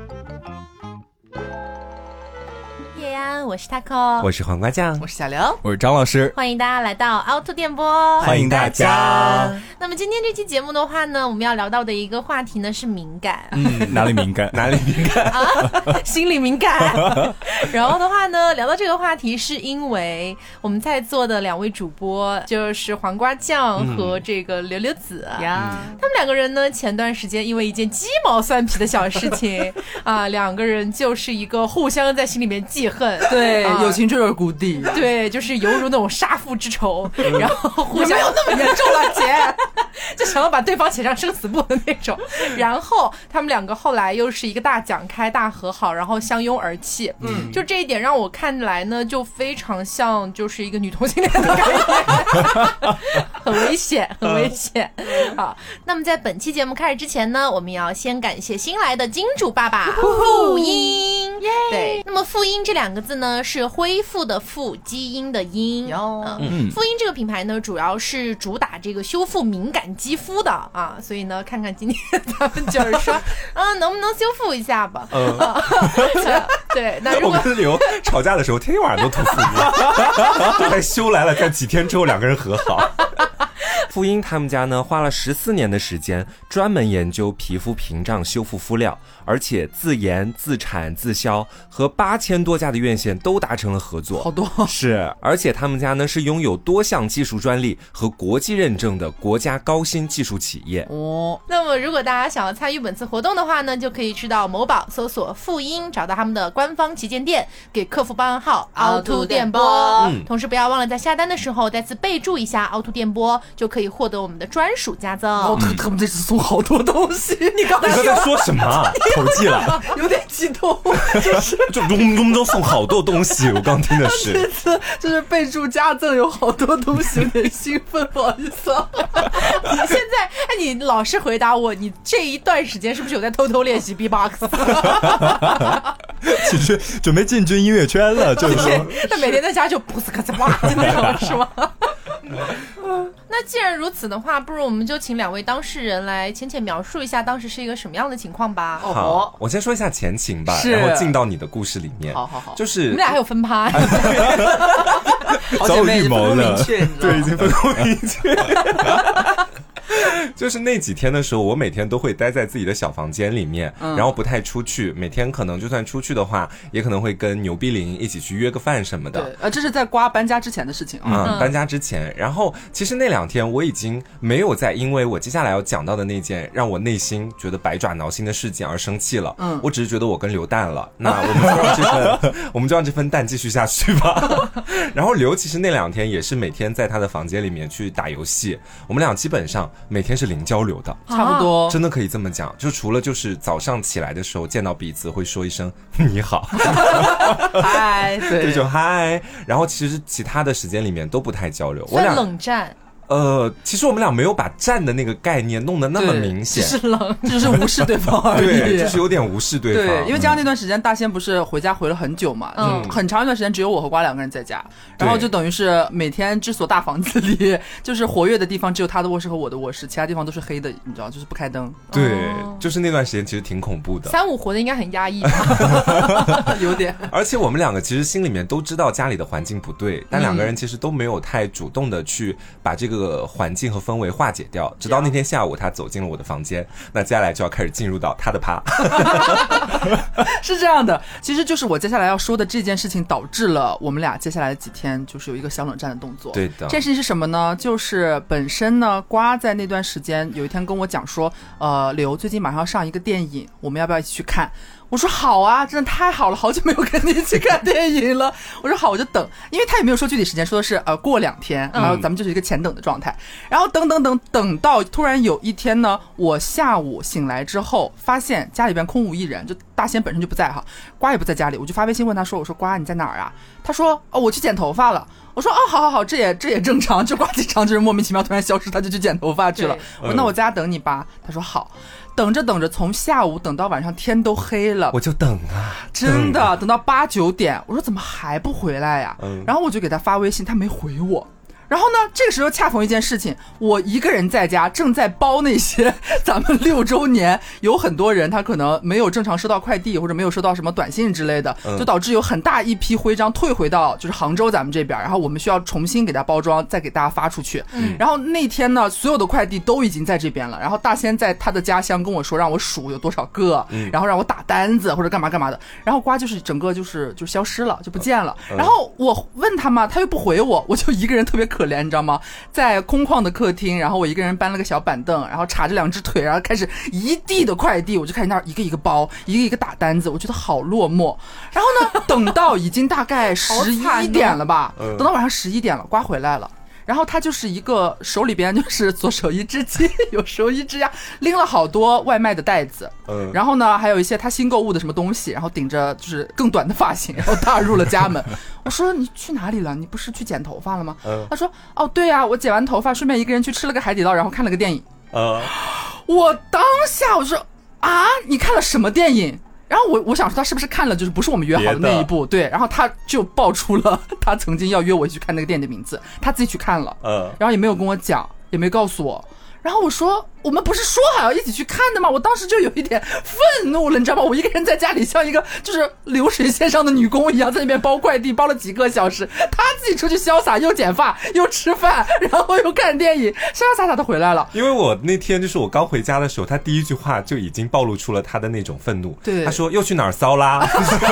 叶安，我是 Taco， 我是黄瓜酱， 我是小刘， 我是张老师， 欢迎大家来到凹凸电波， 欢迎大家。 那么今天这期节目的话呢，我们要聊到的一个话题呢是敏感， 哪里敏感？ 哪里敏感啊？心理敏感。然后的话呢，聊到这个话题是因为我们在座的两位主播就是黄瓜酱和这个刘刘子呀， 他们两个人呢，前段时间因为一件鸡毛蒜皮的小事情啊，两个人就是一个互相在心里面记恨， 对，友情坠入谷底， 对，就是犹如那种杀父之仇，然后互相没有那么严重了，姐， 就想要把对方写上生死簿的那种。然后他们两个后来又是一个大讲开、大和好，然后相拥而泣。就这一点让我看来呢，就非常像就是一个女同性恋的概念，很危险，很危险。好，那么在本期节目开始之前呢，我们要先感谢新来的金主爸爸复音。对，那么复音这两个字呢，是恢复的复，基因的因。复音这个品牌呢，主要是主打这个修复敏感肌肤的啊，所以呢，看看今天咱们就是说，能不能修复一下吧？对，那如果我跟刘吵架的时候，天天晚上都涂复音，这才修来了，在几天之后两个人和好。复音他们家呢，花了14年的时间，专门研究皮肤屏障修复敷料，而且自研、自产、自销，和8000多家的院线都达成了合作。 好多是，而且他们家呢是拥有多项技术专利和国际认证的国家高新技术企业。 那么如果大家想要参与本次活动的话呢，就可以去到某宝搜索复音，找到他们的官方旗舰店，给客服报暗号凹凸电波。同时不要忘了在下单的时候再次备注一下凹凸电波，就可以获得我们的专属加赠。 他们这次送好多东西，你刚才在说什么？口技了， 有点激动， 就隆中送好多东西，我刚听的是。 这次就是备注加赠有好多东西，有点兴奋，不好意思啊。 你现在，你老实回答我，你这一段时间是不是有在偷偷练习 B-box？ 其实准备进军音乐圈了，就是说， 他每天在家就噗呲咔嚓哇那种，是吗？那既然如此的话，不如我们就请两位当事人来浅浅描述一下当时是一个什么样的情况吧。 好，我先说一下前情吧，然后进到你的故事里面。 好， 就是你们俩还有分趴， 早有预谋了， 对，已经分工明确。就是那几天的时候，我每天都会待在自己的小房间里面，然后不太出去。每天可能就算出去的话，也可能会跟牛逼林一起去约个饭什么的。 对，这是在瓜搬家之前的事情啊。 搬家之前。然后其实那2天我已经没有再因为我接下来要讲到的那件让我内心觉得百爪挠心的事件而生气了。我只是觉得我跟刘蛋了，那我们就让这份蛋继续下去吧。然后刘其实那2天也是每天在他的房间里面去打游戏，我们俩基本上每天是零交流的， 差不多， 真的可以这么讲。就除了就是早上起来的时候见到彼此会说一声你好， 嗨，对， 这种嗨，然后其实其他的时间里面都不太交流。 我俩冷战。 其实我们俩没有把战的那个概念弄得那么明显， 是冷， 就是无视对方而已。 对，就是有点无视对方。 对，因为加上那段时间大仙不是回家回了很久嘛，很长一段时间只有我和瓜2个人在家，然后就等于是每天这所大房子里，就是活跃的地方只有他的卧室和我的卧室，其他地方都是黑的，你知道，就是不开灯。 对，就是那段时间其实挺恐怖的。 3-5活的应该很压抑吧， 有点。 而且我们2个其实心里面都知道家里的环境不对，但2个人其实都没有太主动的去把这个环境和氛围化解掉，直到那天下午他走进了我的房间，那接下来就要开始进入到他的趴。 是这样的，其实就是我接下来要说的这件事情导致了我们俩接下来的几天就是有一个小冷战的动作。 对的， 这件事情是什么呢？就是本身呢，瓜在那段时间有一天跟我讲说，刘最近马上要上一个电影，我们要不要一起去看？我说好啊，真的太好了，好久没有跟你一起看电影了。我说好，我就等，因为他也没有说具体时间，说的是过2天，然后咱们就是一个前等的状态。然后等到突然有一天呢，我下午醒来之后，发现家里边空无一人，就大仙本身就不在哈，瓜也不在家里，我就发微信问他说，我说瓜你在哪儿啊？他说我去剪头发了。我说好，这也正常，就瓜经常就是莫名其妙突然消失，他就去剪头发去了。我说那我在家等你吧。他说好。等着，从下午等到晚上天都黑了， 我就等啊， 真的等到8-9点，我说怎么还不回来呀？然后我就给他发微信，他没回我。 然后呢，这个时候恰逢一件事情，我一个人在家正在包那些咱们6周年，有很多人他可能没有正常收到快递，或者没有收到什么短信之类的，就导致有很大一批徽章退回到就是杭州咱们这边，然后我们需要重新给它包装，再给大家发出去。然后那天呢，所有的快递都已经在这边了，然后大仙在他的家乡跟我说让我数有多少个，然后让我打单子或者干嘛干嘛的，然后瓜就是整个就是消失了，就不见了。然后我问他嘛，他又不回我，我就一个人特别可怜，你知道吗？在空旷的客厅，然后我一个人搬了个小板凳，然后叉着2只腿，然后开始一地的快递，我就开始那儿一个一个包，一个一个打单子，我觉得好落寞。然后呢，等到已经大概11点了吧，等到晚上11点了，瓜回来了。然后他就是一个手里边就是左手一只鸡，右手一只鸭，拎了好多外卖的袋子，然后呢还有一些他新购物的什么东西，然后顶着就是更短的发型，然后踏入了家门。我说你去哪里了？你不是去剪头发了吗？他说哦对啊，我剪完头发顺便一个人去吃了个海底捞，然后看了个电影。我当下我说啊，你看了什么电影？然后我想说他是不是看了就是不是我们约好的那一部，对，然后他就爆出了他曾经要约我去看那个电影的名字，他自己去看了，然后也没有跟我讲，也没告诉我。然后我说我们不是说好要一起去看的吗？我当时就有一点愤怒了，你知道吗？我一个人在家里像一个就是流水线上的女工一样，在那边包快递，包了几个小时，他自己出去潇洒，又剪发又吃饭，然后又看电影，潇潇洒洒的回来了。 因为我那天就是我刚回家的时候，他第一句话就已经暴露出了他的那种愤怒。 对， 他说又去哪儿骚啦？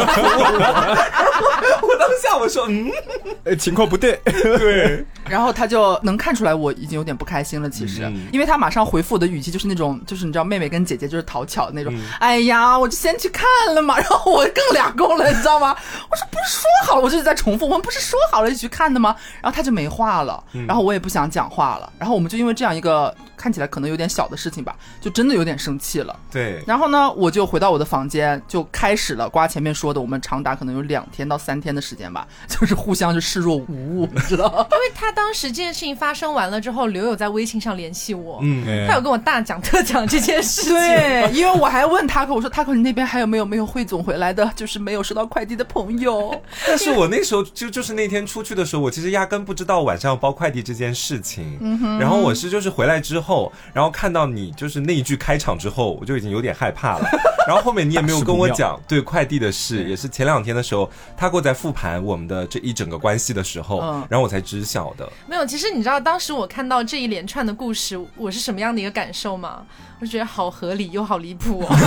我当下我说情况不对， 对， 然后他就能看出来我已经有点不开心了，其实，因为他马上回复我的语气就是那种，就是你知道妹妹跟姐姐就是讨巧的那种，哎呀，我就先去看了嘛，然后我更俩够了，你知道吗？我说不是说好了，我就是在重复，我们不是说好了一起去看的吗？然后他就没话了，然后我也不想讲话了，然后我们就因为这样一个看起来可能有点小的事情吧，就真的有点生气了。 对， 然后呢，我就回到我的房间，就开始了瓜前面说的，我们长达可能有2天到3天的时间吧，就是互相就视若无物，你知道？ 因为他当时这件事情发生完了之后，刘有在微信上联系我，他有跟我大讲特讲这件事情。 对，因为我还问他，我说他你那边还有没有汇总回来的，就是没有收到快递的朋友。 但是我那时候就是那天出去的时候，我其实压根不知道晚上要包快递这件事情。然后我是就是回来之后，然后看到你就是那一句开场之后，我就已经有点害怕了。然后后面你也没有跟我讲对快递的事，也是前2天的时候，他给我在复盘我们的这一整个关系的时候，然后我才知晓的。 没有，其实你知道当时我看到这一连串的故事，我是什么样的一个感受吗？我觉得好合理又好离谱哦。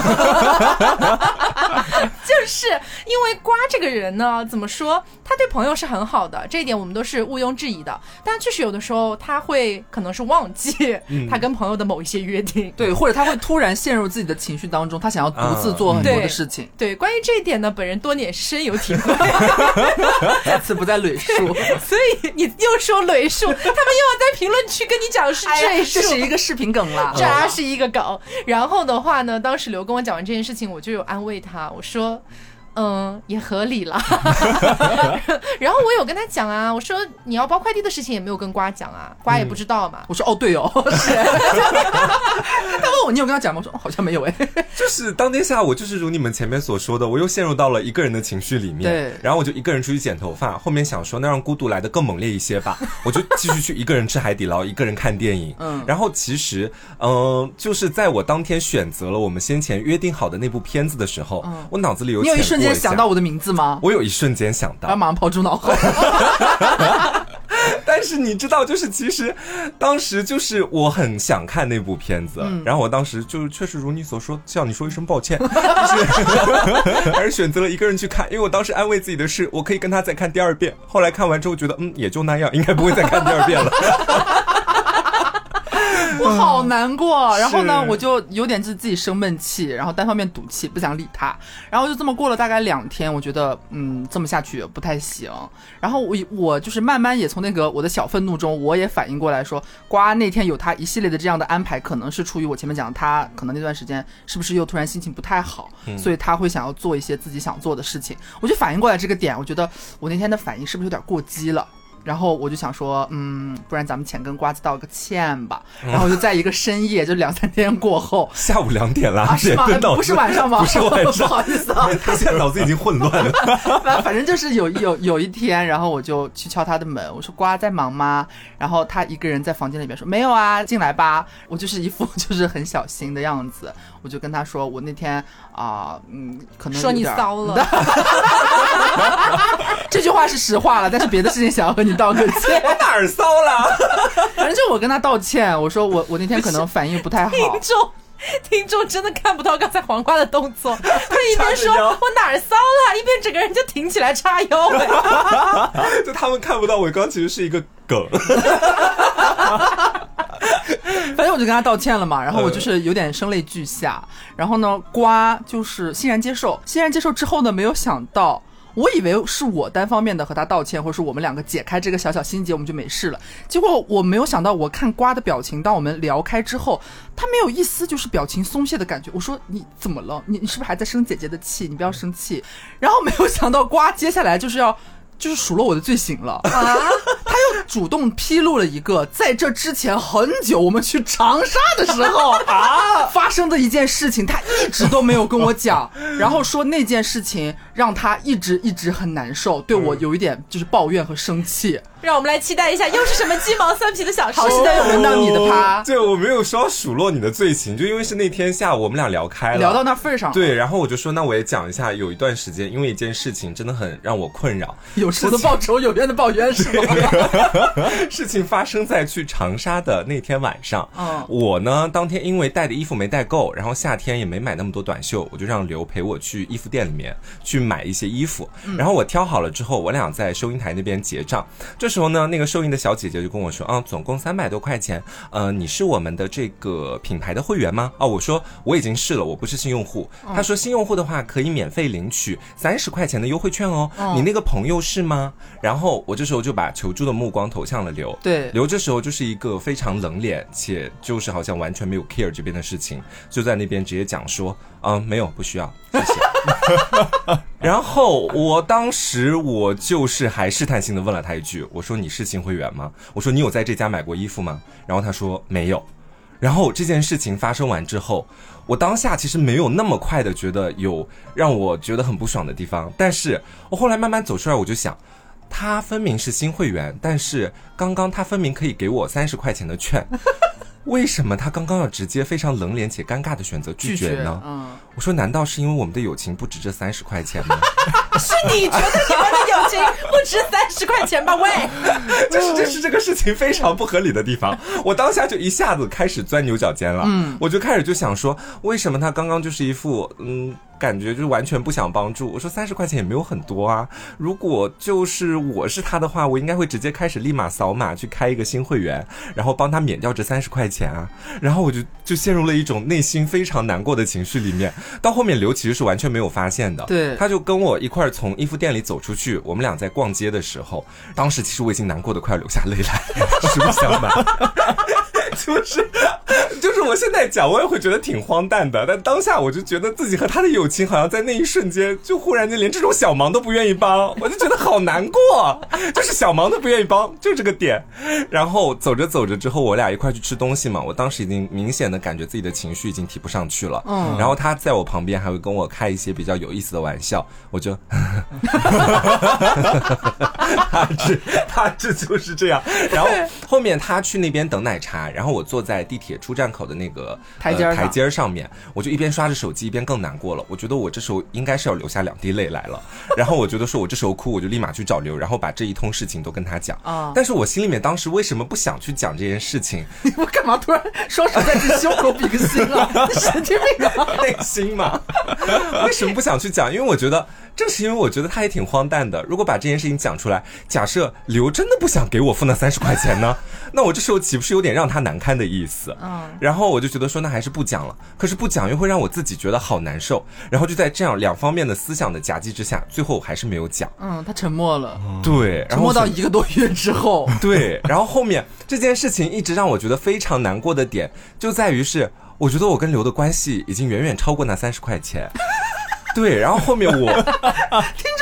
就是因为瓜这个人呢，怎么说，他对朋友是很好的，这一点我们都是毋庸置疑的，但确实有的时候他会可能是忘记他跟朋友的某一些约定， 对，或者他会突然陷入自己的情绪当中，他想要独自做很多的事情。 对，关于这一点呢，本人多年是深有体会。 再次不再捋述， 所以你又说捋述，他们又要在评论区跟你讲是赘述， 这是一个视频梗啦， 这是一个梗。然后的话呢，当时刘跟我讲完这件事情，我就有安慰他，我说也合理啦。然后我有跟他讲啊，我说你要包快递的事情也没有跟瓜讲啊，瓜也不知道嘛。 我说哦对哦，是。他问我你有跟他讲吗？我说好像没有哎。 就是当天下午，就是如你们前面所说的，我又陷入到了一个人的情绪里面。 对， 然后我就一个人出去剪头发，后面想说那让孤独来得更猛烈一些吧，我就继续去一个人吃海底捞，一个人看电影。然后其实就是在我当天选择了我们先前约定好的那部片子的时候，我脑子里有你有一瞬间想到我的名字吗？ 我有一瞬间想到， 然后马上抛诸脑后。 但是你知道，就是其实当时就是我很想看那部片子，然后我当时就确实如你所说，向你说一声抱歉，就是还是选择了一个人去看，因为我当时安慰自己的是，我可以跟他再看第2遍。后来看完之后觉得，也就那样，应该不会再看第2遍了。 我好难过，然后呢，我就有点自己生闷气，然后单方面赌气，不想理他，然后就这么过了大概2天，我觉得这么下去不太行，然后我就是慢慢也从那个我的小愤怒中，我也反应过来说，瓜那天有他一系列的这样的安排，可能是出于我前面讲他可能那段时间是不是又突然心情不太好，所以他会想要做一些自己想做的事情，我就反应过来这个点，我觉得我那天的反应是不是有点过激了。 然后我就想说，不然咱们钱跟瓜子道个歉吧。然后我就在一个深夜，就2-3天过后， 下午2点啦， 是吗？不是晚上吗？ 不是晚上， 不好意思啊， 他现在脑子已经混乱了。 反正就是有一天，然后我就去敲他的门，我说瓜在忙吗？然后他一个人在房间里面说没有啊，进来吧。我就是一副就是很小心的样子，我就跟他说我那天可能说你骚了。 这句话是实话了，但是别的事情想要和你道个歉。 我哪儿骚了？ 反正就我跟他道歉，我说我那天可能反应不太好。 听众真的看不到刚才黄瓜的动作，他一边说我哪儿骚了，一边整个人就挺起来叉腰。 就他们看不到，我刚其实是一个梗。 反正我就跟他道歉了嘛，然后我就是有点声泪俱下，然后呢，瓜就是欣然接受之后呢，没有想到。我以为是我单方面的和他道歉，或者是我们两个解开这个小小心结，我们就没事了。结果我没有想到，我看瓜的表情，当我们聊开之后，他没有一丝就是表情松懈的感觉。我说你怎么了？你是不是还在生姐姐的气？你不要生气。然后没有想到瓜接下来就是数落我的罪行了啊！他又主动披露了一个在这之前很久我们去长沙的时候发生的一件事情，他一直都没有跟我讲，然后说那件事情让他一直很难受，对我有一点就是抱怨和生气。 让我们来期待一下，又是什么鸡毛蒜皮的小事？ 好，现在又轮到你的趴。 对，我没有说数落你的罪行，就因为是那天下午我们俩聊开了， 聊到那份上。 对，然后我就说，那我也讲一下，有一段时间，因为一件事情真的很让我困扰。 有仇的报仇，有冤的报冤，是吗？ 事情发生在去长沙的那天晚上。我呢，当天因为带的衣服没带够，然后夏天也没买那么多短袖，我就让刘陪我去衣服店里面去买一些衣服。然后我挑好了之后，我俩在收银台那边结账。这时候呢，那个收银的小姐姐就跟我说，总共300多块钱。你是我们的这个品牌的会员吗？我说我已经是了，我不是新用户。她说新用户的话可以免费领取30块钱的优惠券哦。你那个朋友是吗？然后我这时候就把求助的目光投向了刘。 对， 刘这时候就是一个非常冷脸，且就是好像完全没有 care 这边的事情，就在那边直接讲说，没有，不需要，谢谢。然后我当时我就是还试探性的问了他一句，我说你是新会员吗？我说你有在这家买过衣服吗？然后他说没有。然后这件事情发生完之后，我当下其实没有那么快的觉得有让我觉得很不爽的地方，但是我后来慢慢走出来，我就想，他分明是新会员，但是刚刚他分明可以给我30块钱的券，为什么他刚刚要直接非常冷脸且尴尬的选择拒绝呢？我说难道是因为我们的友情不值这30块钱吗？ 是你觉得你们的友情不值30块钱吧？喂， 这是这个事情非常不合理的地方。我当下就一下子开始钻牛角尖了。我就开始就想说，为什么他刚刚就是一副感觉就是完全不想帮助。我说30块钱也没有很多啊，如果就是我是他的话，我应该会直接开始立马扫码去开一个新会员，然后帮他免掉这30块钱啊。然后我就陷入了一种内心非常难过的情绪里面。到后面刘其实是完全没有发现的， 对， 他就跟我一块从衣服店里走出去，我们俩在逛街的时候，当时其实我已经难过的快要流下泪来，实不相瞒。就是我现在讲我也会觉得挺荒诞的，但当下我就觉得自己和他的友情好像在那一瞬间就忽然间连这种小忙都不愿意帮，我就觉得好难过，就是小忙都不愿意帮，就这个点。然后走着走着之后，我俩一块去吃东西嘛，我当时已经明显的感觉自己的情绪已经提不上去了。然后他在我旁边还会跟我开一些比较有意思的玩笑，我就他这就是这样。然后后面他去那边等奶茶，然后我坐在地铁出站口的那个台阶上面，我就一边刷着手机一边更难过了。我觉得我这时候应该是要流下2滴泪来了。然后我觉得说我这时候哭，我就立马去找刘，然后把这一通事情都跟他讲。但是我心里面当时为什么不想去讲这件事情？ 你不干嘛突然说实在是胸口比个心啊？你神经病啊！ 内心嘛，为什么不想去讲？因为我觉得正是因为我觉得他也挺荒诞的。如果把这件事情讲出来，假设刘真的不想给我付那30块钱呢，那我这时候岂不是有点让他难堪的意思？然后我就觉得说那还是不讲了，可是不讲又会让我自己觉得好难受，然后就在这样2方面的思想的夹击之下，最后我还是没有讲。 他沉默了。 对， 沉默到1个多月之后。 对，然后后面这件事情一直让我觉得非常难过的点就在于是，我觉得我跟刘的关系已经远远超过那30块钱。对，然后后面听众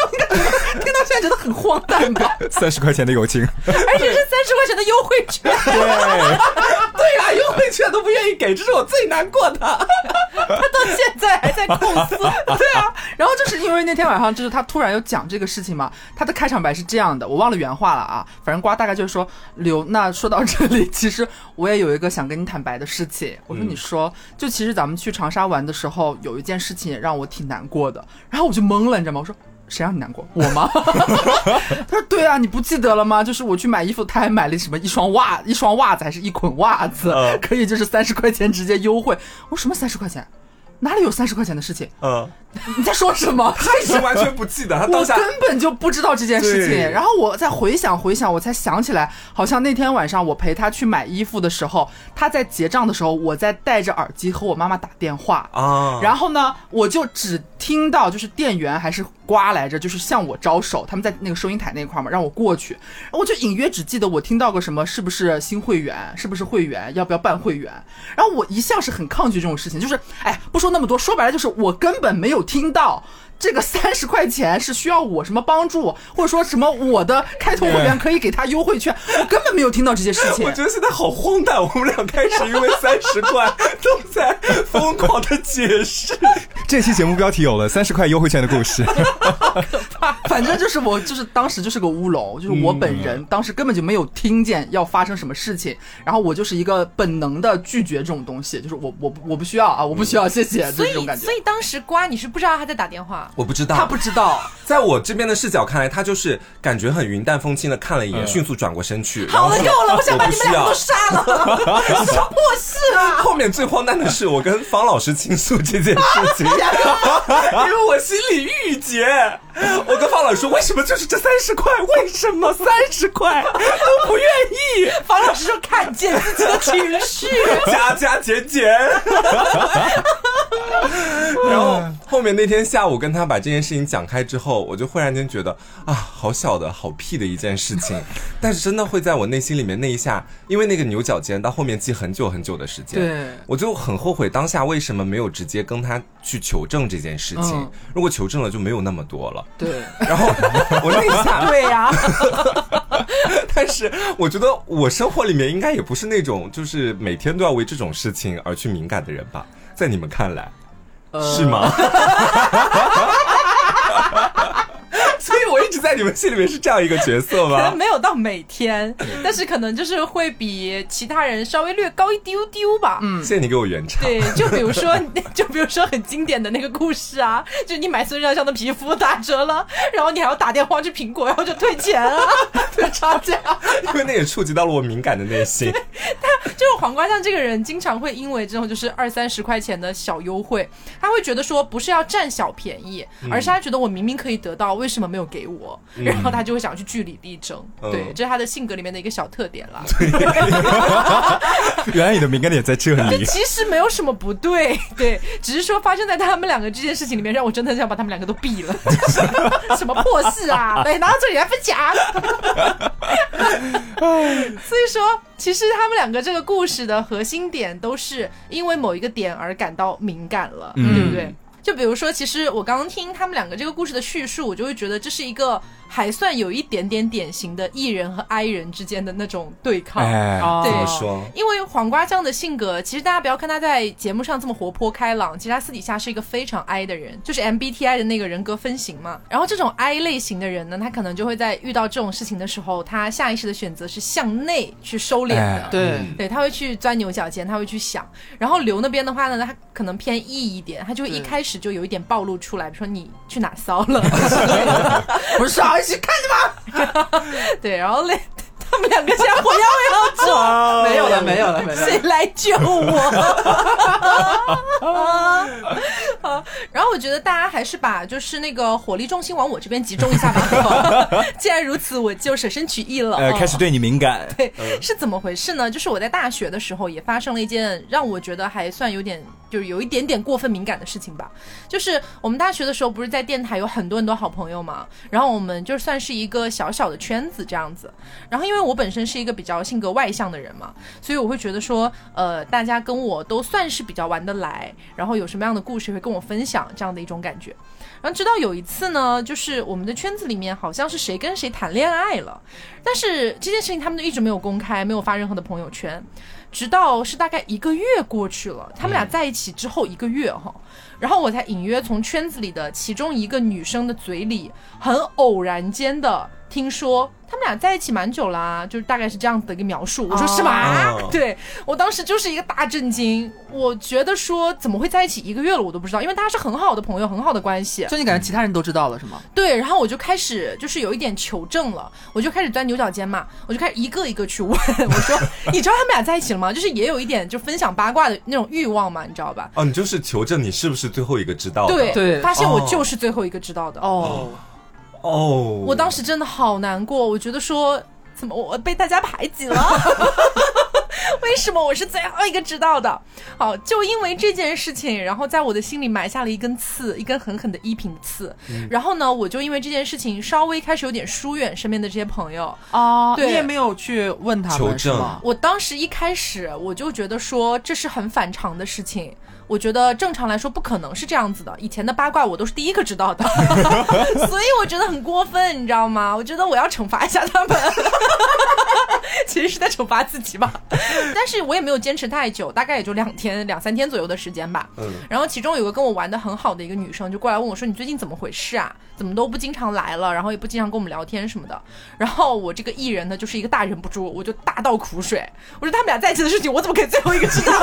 听到现在觉得很荒诞吧 ？30块钱的友情， 而且是30块钱的优惠券。 对呀，优惠券都不愿意给，这是我最难过的。 他到现在还在控诉。 对啊，然后就是因为那天晚上就是他突然有讲这个事情嘛，他的开场白是这样的，我忘了原话了啊，反正瓜大概就是说刘，那说到这里，其实我也有一个想跟你坦白的事情。我说你说，就其实咱们去长沙玩的时候，有一件事情也让我挺难过的，然后我就懵了，你知道吗？我说谁让你难过？我吗？他说对啊，你不记得了吗？就是我去买衣服，他还买了什么一双袜子还是一捆袜子，可以就是30块钱直接优惠。我说什么30块钱？哪里有30块钱的事情？你在说什么？ 他已经完全不记得，他当下我根本就不知道这件事情。然后我再回想，我才想起来，好像那天晚上我陪他去买衣服的时候，他在结账的时候，我在戴着耳机和我妈妈打电话啊。然后呢，我就只听到就是店员还是瓜来着，就是向我招手，他们在那个收银台那块嘛，让我过去。我就隐约只记得我听到个什么，是不是新会员，是不是会员，要不要办会员。然后我一向是很抗拒这种事情，就是不说那么多，说白了就是我根本没有听到这个30块钱是需要我什么帮助，或者说什么我的开通会员可以给他优惠券，我根本没有听到这些事情。 我觉得现在好荒诞，我们俩开始因为30块都在疯狂的解释。 这期节目标题有了30块优惠券的故事。 好可怕。反正就是我就是当时就是个乌龙，就是我本人当时根本就没有听见要发生什么事情，然后我就是一个本能的拒绝这种东西，就是我不需要啊，我不需要，谢谢，就是这种感觉。 所以当时瓜你是不知道他在打电话。 我不知道， 他不知道， 在我这边的视角看来，他就是感觉很云淡风轻的看了一眼，迅速转过身去。 好了，够了，我想把你们俩都杀了，什么破事啊！ 后面最荒诞的是，我跟方老师倾诉这件事情，因为我心里郁结。我跟方老师说，为什么就是这30块？为什么30块都不愿意？ 方老师说看见自己的情绪， 加减减。然后后面那天下午跟他把这件事情讲开之后，我就忽然间觉得啊，好小的好屁的一件事情，但是真的会在我内心里面那一下，因为那个牛角尖到后面记很久很久的时间， 对， 我就很后悔当下为什么没有直接跟他去求证这件事情，如果求证了就没有那么多了。 对， 然后我那一下对呀、 但是我觉得我生活里面应该也不是那种就是每天都要为这种事情而去敏感的人吧，在你们看来是吗？所以我一直在你们心里面是这样一个角色吗？ 可能没有到每天，但是可能就是会比其他人稍微略高一丢丢吧。 谢谢你给我圆场。 对，就比如说很经典的那个故事啊，就你买孙尚香的皮肤打折了，然后你还要打电话去苹果，然后就退钱啊，退差价， 因为那也触及到了我敏感的内心。 他就是黄瓜酱这个人，经常会因为这种就是20-30块钱的小优惠，他会觉得说不是要占小便宜，而是他觉得我明明可以得到，为什么没有给我？然后他就会想去据理力争。对，这是他的性格里面的一个小特点啦。 原来你的敏感点在这里。 其实没有什么不对，对，只是说发生在他们两个这件事情里面，让我真的想把他们两个都毙了。什么破事啊！来，拿到这里来分享。所以说，其实他们两个这个故事的核心点都是因为某一个点而感到敏感了，对不对？就比如说，其实我刚刚听他们两个这个故事的叙述，我就会觉得这是一个还算有一点点典型的艺人和 I 人之间的那种对抗。对， 怎么说？ 因为黄瓜酱的性格，其实大家不要看他在节目上这么活泼开朗，其实他私底下是一个非常 I 的人，就是 MBTI 的那个人格分型嘛。然后这种 I 类型的人呢，他可能就会在遇到这种事情的时候，他下意识的选择是向内去收敛的。对，他会去钻牛角尖，他会去想。然后刘那边的话呢，他可能偏 E 一点，他就会一开始就有一点暴露出来，比如说你去哪骚了， 不是一起看着吗？ 对，然后他们两个现在火药味好重， 没有了， 谁来救我？然后我觉得大家还是把就是那个火力重心往我这边集中一下吧。既然如此，我就舍身取义了。 开始对你敏感。 对，是怎么回事呢？就是我在大学的时候也发生了一件让我觉得还算有点就是有一点点过分敏感的事情吧。就是我们大学的时候不是在电台有很多好朋友嘛，然后我们就算是一个小小的圈子这样子。然后因为我本身是一个比较性格外向的人嘛，所以我会觉得说大家跟我都算是比较玩得来，然后有什么样的故事会跟我分享这样的一种感觉。然后直到有一次呢，就是我们的圈子里面好像是谁跟谁谈恋爱了，但是这件事情他们就一直没有公开，没有发任何的朋友圈，直到是大概1个月过去了，他们俩在一起之后1个月哈，然后我才隐约从圈子里的其中一个女生的嘴里很偶然间的听说他们俩在一起蛮久啦，就是大概是这样子的一个描述。我说是吗？对，我当时就是一个大震惊，我觉得说怎么会在一起1个月了我都不知道，因为大家是很好的朋友，很好的关系。 就你感觉其他人都知道了是吗？ 对，然后我就开始就是有一点求证了，我就开始钻牛角尖嘛，我就开始一个一个去问，我说你知道他们俩在一起了吗？就是也有一点就分享八卦的那种欲望嘛，你知道吧？ 哦，你就是求证你是不是最后一个知道的？ 对，发现我就是最后一个知道的。 哦， 我当时真的好难过，我觉得说怎么我被大家排挤了为什么我是最后一个知道的？好，就因为这件事情，然后在我的心里埋下了一根刺，一根狠狠的1品的刺。然后呢，我就因为这件事情稍微开始有点疏远身边的这些朋友。对， 你也没有去问他们求证吗？ 我当时一开始我就觉得说这是很反常的事情，我觉得正常来说不可能是这样子的，以前的八卦我都是第一个知道的所以我觉得很过分，你知道吗？我觉得我要惩罚一下他们其实是在惩罚自己吧但是我也没有坚持太久，大概也就2天2、3天左右的时间吧。然后其中有个跟我玩的很好的一个女生就过来问我说你最近怎么回事啊，怎么都不经常来了，然后也不经常跟我们聊天什么的。然后我这个艺人呢就是一个大忍不住，我就大倒苦水，我说他们俩在一起的事情我怎么可以最后一个知道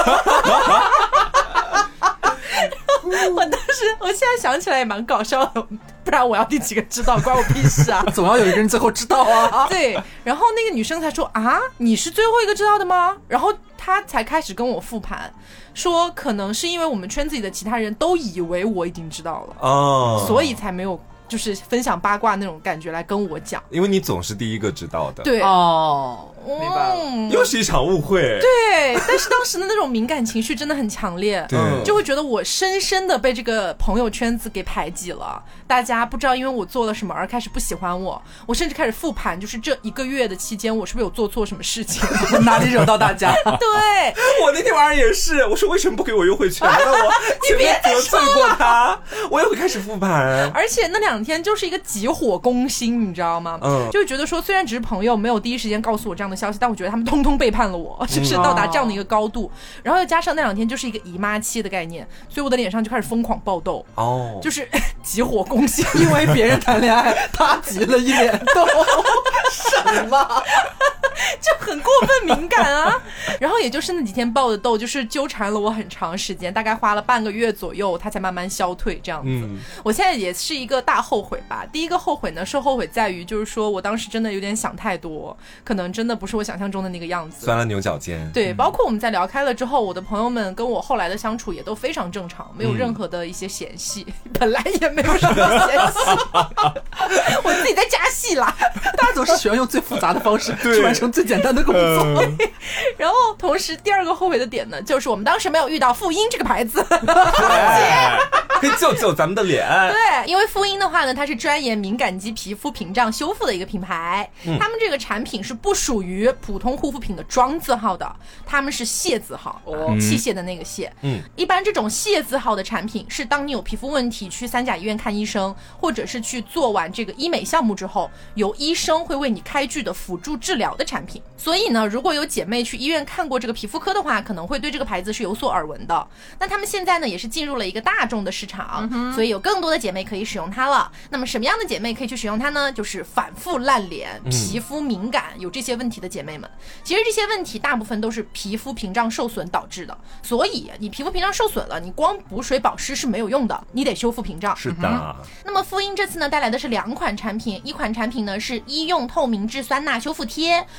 我现在想起来也蛮搞笑的，不然我要第几个知道关我屁事啊总要有一个人最后知道啊对，然后那个女生才说啊你是最后一个知道的吗？然后她才开始跟我复盘，说可能是因为我们圈子里的其他人都以为我已经知道了所以才没有就是分享八卦那种感觉来跟我讲， 因为你总是第一个知道的。 对明白了又是一场误会。 对，但是当时的那种敏感情绪真的很强烈，就会觉得我深深的被这个朋友圈子给排挤了，大家不知道因为我做了什么而开始不喜欢我，我甚至开始复盘，就是这1个月的期间我是不是有做错什么事情哪里惹到大家对， 我那天晚上也是，我说为什么不给我优惠券？那我前面得罪过他，我也会开始复盘。 而且那2天就是一个急火攻心，你知道吗？就会觉得说虽然只是朋友，没有第一时间告诉我这样的消息，但我觉得他们通通背叛了我，就是到达这样的一个高度。然后又加上那2天就是一个姨妈期的概念，所以我的脸上就开始疯狂爆痘就是急火攻心， 因为别人谈恋爱他急了一脸痘什么就很过分敏感啊然后也就是那几天爆的痘就是纠缠了我很长时间，大概花了半个月左右它才慢慢消退这样子我现在也是一个大后悔吧。第一个后悔呢是后悔在于就是说我当时真的有点想太多，可能真的不是我想象中的那个样子， 钻了牛角尖。 对，包括我们在聊开了之后，我的朋友们跟我后来的相处也都非常正常，没有任何的一些嫌隙本来也没有什么嫌隙我自己在加戏啦大家总是喜欢用最复杂的方式去完成最简单的工作然后同时第2个后悔的点呢就是我们当时没有遇到妇婴这个牌子可以救咱们的脸。 对，因为妇婴的话呢它是专研敏感肌皮肤屏障修复的一个品牌他们这个产品是不属于普通护肤品的庄字号的，他们是械字号器械的那个械一般这种械字号的产品是当你有皮肤问题去3甲医院看医生，或者是去做完这个医美项目之后由医生会为你开具的辅助治疗的产品。所以呢如果有姐妹去医院看过这个皮肤科的话，可能会对这个牌子是有所耳闻的。那他们现在呢也是进入了一个大众的市场所以有更多的姐妹可以使用它了。那么什么样的姐妹可以去使用它呢？就是反复烂脸皮肤敏感有这些问题的姐妹们。其实这些问题大部分都是皮肤屏障受损导致的，所以你皮肤屏障受损了，你光补水保湿是没有用的，你得修复屏障。 是的那么妇婴这次呢带来的是2款产品，一款产品呢是医用透明质酸钠修复贴和透明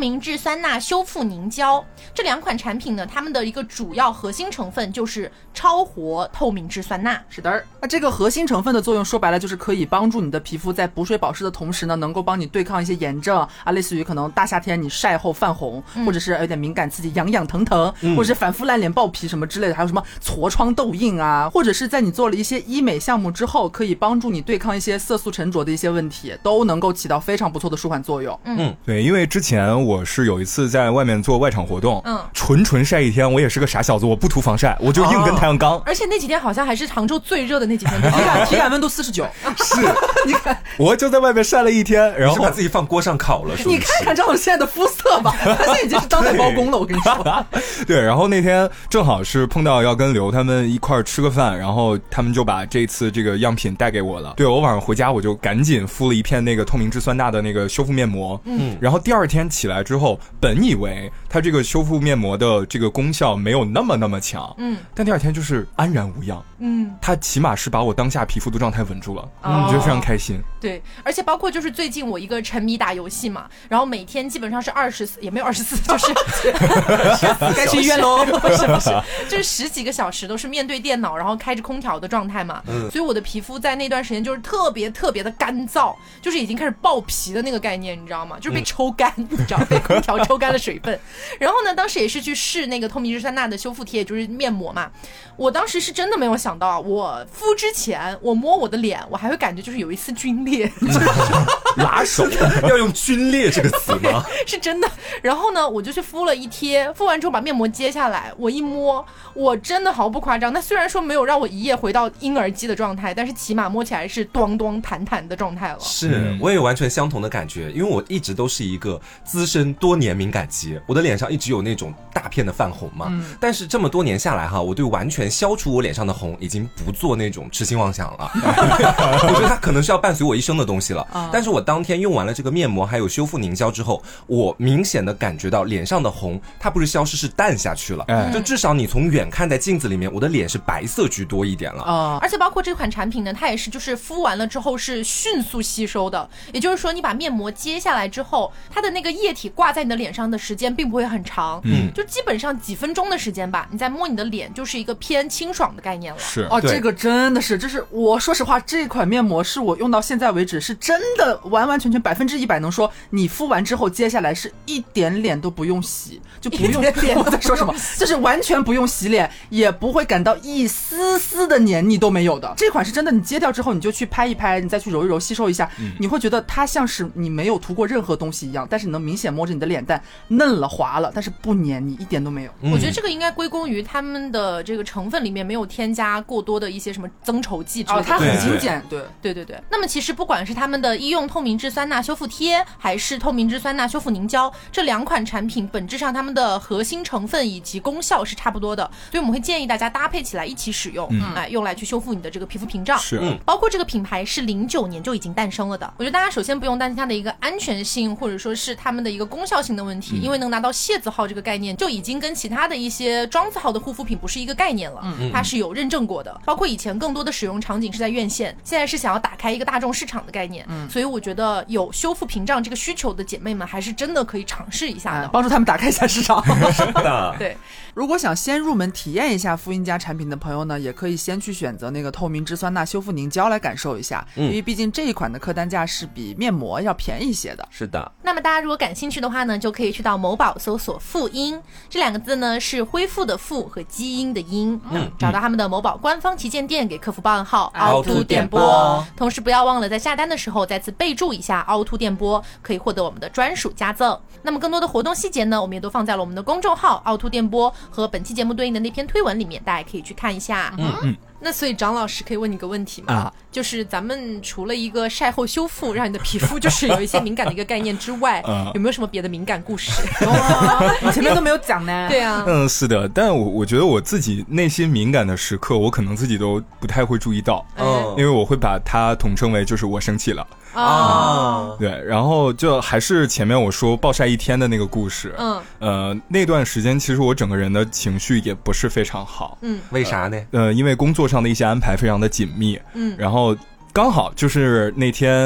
明质酸钠修复凝胶。这2款产品呢，它们的一个主要核心成分就是超活透明质酸钠。 是的，那这个核心成分的作用说白了就是可以帮助你的皮肤在补水保湿的同时呢，能够帮你对抗一些炎症啊，类似于可能大夏天你晒后泛红，或者是有点敏感刺激痒痒疼疼，或者是反复烂脸爆皮什么之类的，还有什么痤疮痘印啊，或者是在你做了一些医美项目之后，可以帮助你对抗一些色素沉着的一些问题，都能够起到非常不错的舒缓作用。 对，因为之前我是有一次在外面做外场活动，纯晒一天，我也是个傻小子，我不涂防晒，我就硬跟太阳刚。 而且那几天好像还是杭州最热的那几天， 体感温度49。 是，你看，我就在外面晒了一天，然后把自己放锅上烤了。 你看看张老师现在的肤色吧，他现在已经是当代包公了，我跟你说。 对，然后那天正好是碰到要跟刘他们一块儿吃个饭，然后他们就把这次这个样品带给我了。对，我晚上回家我就赶紧敷了一片那个透明质酸钠的那个修复面膜，然后第二天起来之后，本以为它这个修复面膜的这个功效没有那么强，但第二天就是安然无恙，它起码是把我当下皮肤的状态稳住了，我觉得非常开心。 对，而且包括就是最近我一个沉迷打游戏嘛，然后每天基本上是24，也没有24，就是该去医院喽， 不是，就是10几个小时都是面对电脑，然后开着空调的状态嘛，所以我的皮肤在那段时间就是特别的干燥，就是已经开始爆皮的那个概念，你知道吗？就是被抽干，你知道，被空调抽干了水分。然后呢，当时也是去试那个透明质酸钠的修复贴，就是面膜嘛。我当时是真的没有想到啊，我敷之前我摸我的脸，我还会感觉就是有一丝皲裂， 拉手要用皲裂这个词吗？ 是真的。然后呢，我就去敷了一贴，敷完之后把面膜揭下来，我一摸，我真的毫不夸张。那虽然说没有让我一夜回到婴儿期的状态，但是起码摸起来是咚咚弹弹的状态了。 是，我也有完全相同的感觉，因为我一直都是一个资深多年敏感肌，我的脸上一直有那种大片的泛红嘛。但是这么多年下来哈，我对完全消除我脸上的红已经不做那种痴心妄想了。我觉得它可能是要伴随我一生的东西了。但是我当天用完了这个面膜还有修复凝胶之后，我明显的感觉到脸上的红它不是消失，是淡下去了。就至少你从远看在镜子里面，我的脸是白色居多一点了。 而且包括这款产品呢，它也是就是敷完了之后是迅速吸收的，也就是说你把面膜揭下来之后，它的那个液体挂在你的脸上的时间并不会很长，就基本上几分钟的时间吧，你再摸你的脸就是一个偏清爽的概念了。 是这个真的是，就是我说实话，这款面膜是我用到现在为止是真的完完全全100%能说，你敷完之后接下来是一点脸都不用洗，就不用脸。我在说什么？就是完全不用洗脸，也不会感到一丝丝的黏腻都没有的。这款是真的，你揭掉之后你就去拍一拍，你再去揉一揉吸收一下，你会觉得它像是你没有涂过任何东西一样，但是你能明显摸着你的脸蛋嫩了滑了，但是不黏腻，一点都没有。 我觉得这个应该归功于他们的这个成分里面没有添加过多的一些什么增稠剂之类的。 它很精简。 对。那么其实不管是他们的医用透明质酸钠修复贴还是透明质酸钠修复凝胶，这2款产品本质上它们的核心成分以及功效是差不多的，所以我们会建议大家搭配起来一起使用，用来去修复你的这个皮肤屏障。 是， 包括这个品牌是09年就已经诞生了的。我觉得大家首先不用担心它的一个安全性，或者说是他们的一个功效性的问题，因为能拿到械字号这个概念，就已经跟其他的一些庄字号的护肤品不是一个概念了，它是有认证过的。包括以前更多的使用场景是在院线，现在是想要打开一个大众市场的概念，所以我觉得有修复屏障这个需求的姐妹们，还是真的可以尝试一下的， 帮助他们打开一下市场。 是的， 对。 如果想先入门体验一下复印家产品的朋友呢，也可以先去选择那个透明质酸钠修复凝胶来感受一下，因为毕竟这一款的客单价是比面膜要便宜一些的。 是的。 那么大家如果感兴趣的话呢，就可以去到某宝搜索复音，这2个字呢是恢复的复和基因的因，找到他们的某宝官方旗舰店，给客服报暗号凹凸电波，同时不要忘了在下单的时候再次备注一下凹凸电波，可以获得我们的专属加赠。那么更多的活动细节呢，我们也都放在了我们的公众号凹凸电波和本期节目对应的那篇推文里面，大家可以去看一下。那所以张老师可以问你个问题吗？就是咱们除了一个晒后修复让你的皮肤就是有一些敏感的一个概念之外，有没有什么别的敏感故事？ 你前面都没有讲呢。 对啊， 是的，但我觉得我自己内心敏感的时刻，我可能自己都不太会注意到，因为我会把它统称为就是我生气了。对，然后就还是前面我说暴晒一天的那个故事，那段时间其实我整个人的情绪也不是非常好， 为啥呢？ 因为工作上的一些安排非常的紧密，然后刚好就是那天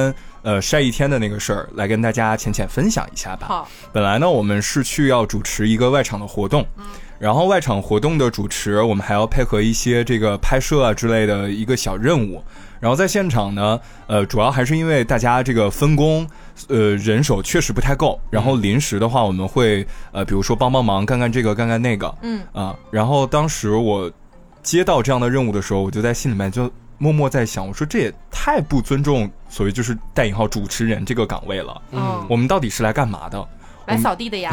晒一天的那个事儿来跟大家浅浅分享一下吧。 好， 本来呢我们是去要主持一个外场的活动，然后外场活动的主持我们还要配合一些这个拍摄啊之类的一个小任务。然后在现场呢，主要还是因为大家这个分工，人手确实不太够。然后临时的话，我们会比如说帮忙干干这个干干那个，然后当时我接到这样的任务的时候，我就在心里面就默默在想，我说这也太不尊重所谓就是带引号主持人这个岗位了。我们到底是来干嘛的？ 来扫地的呀。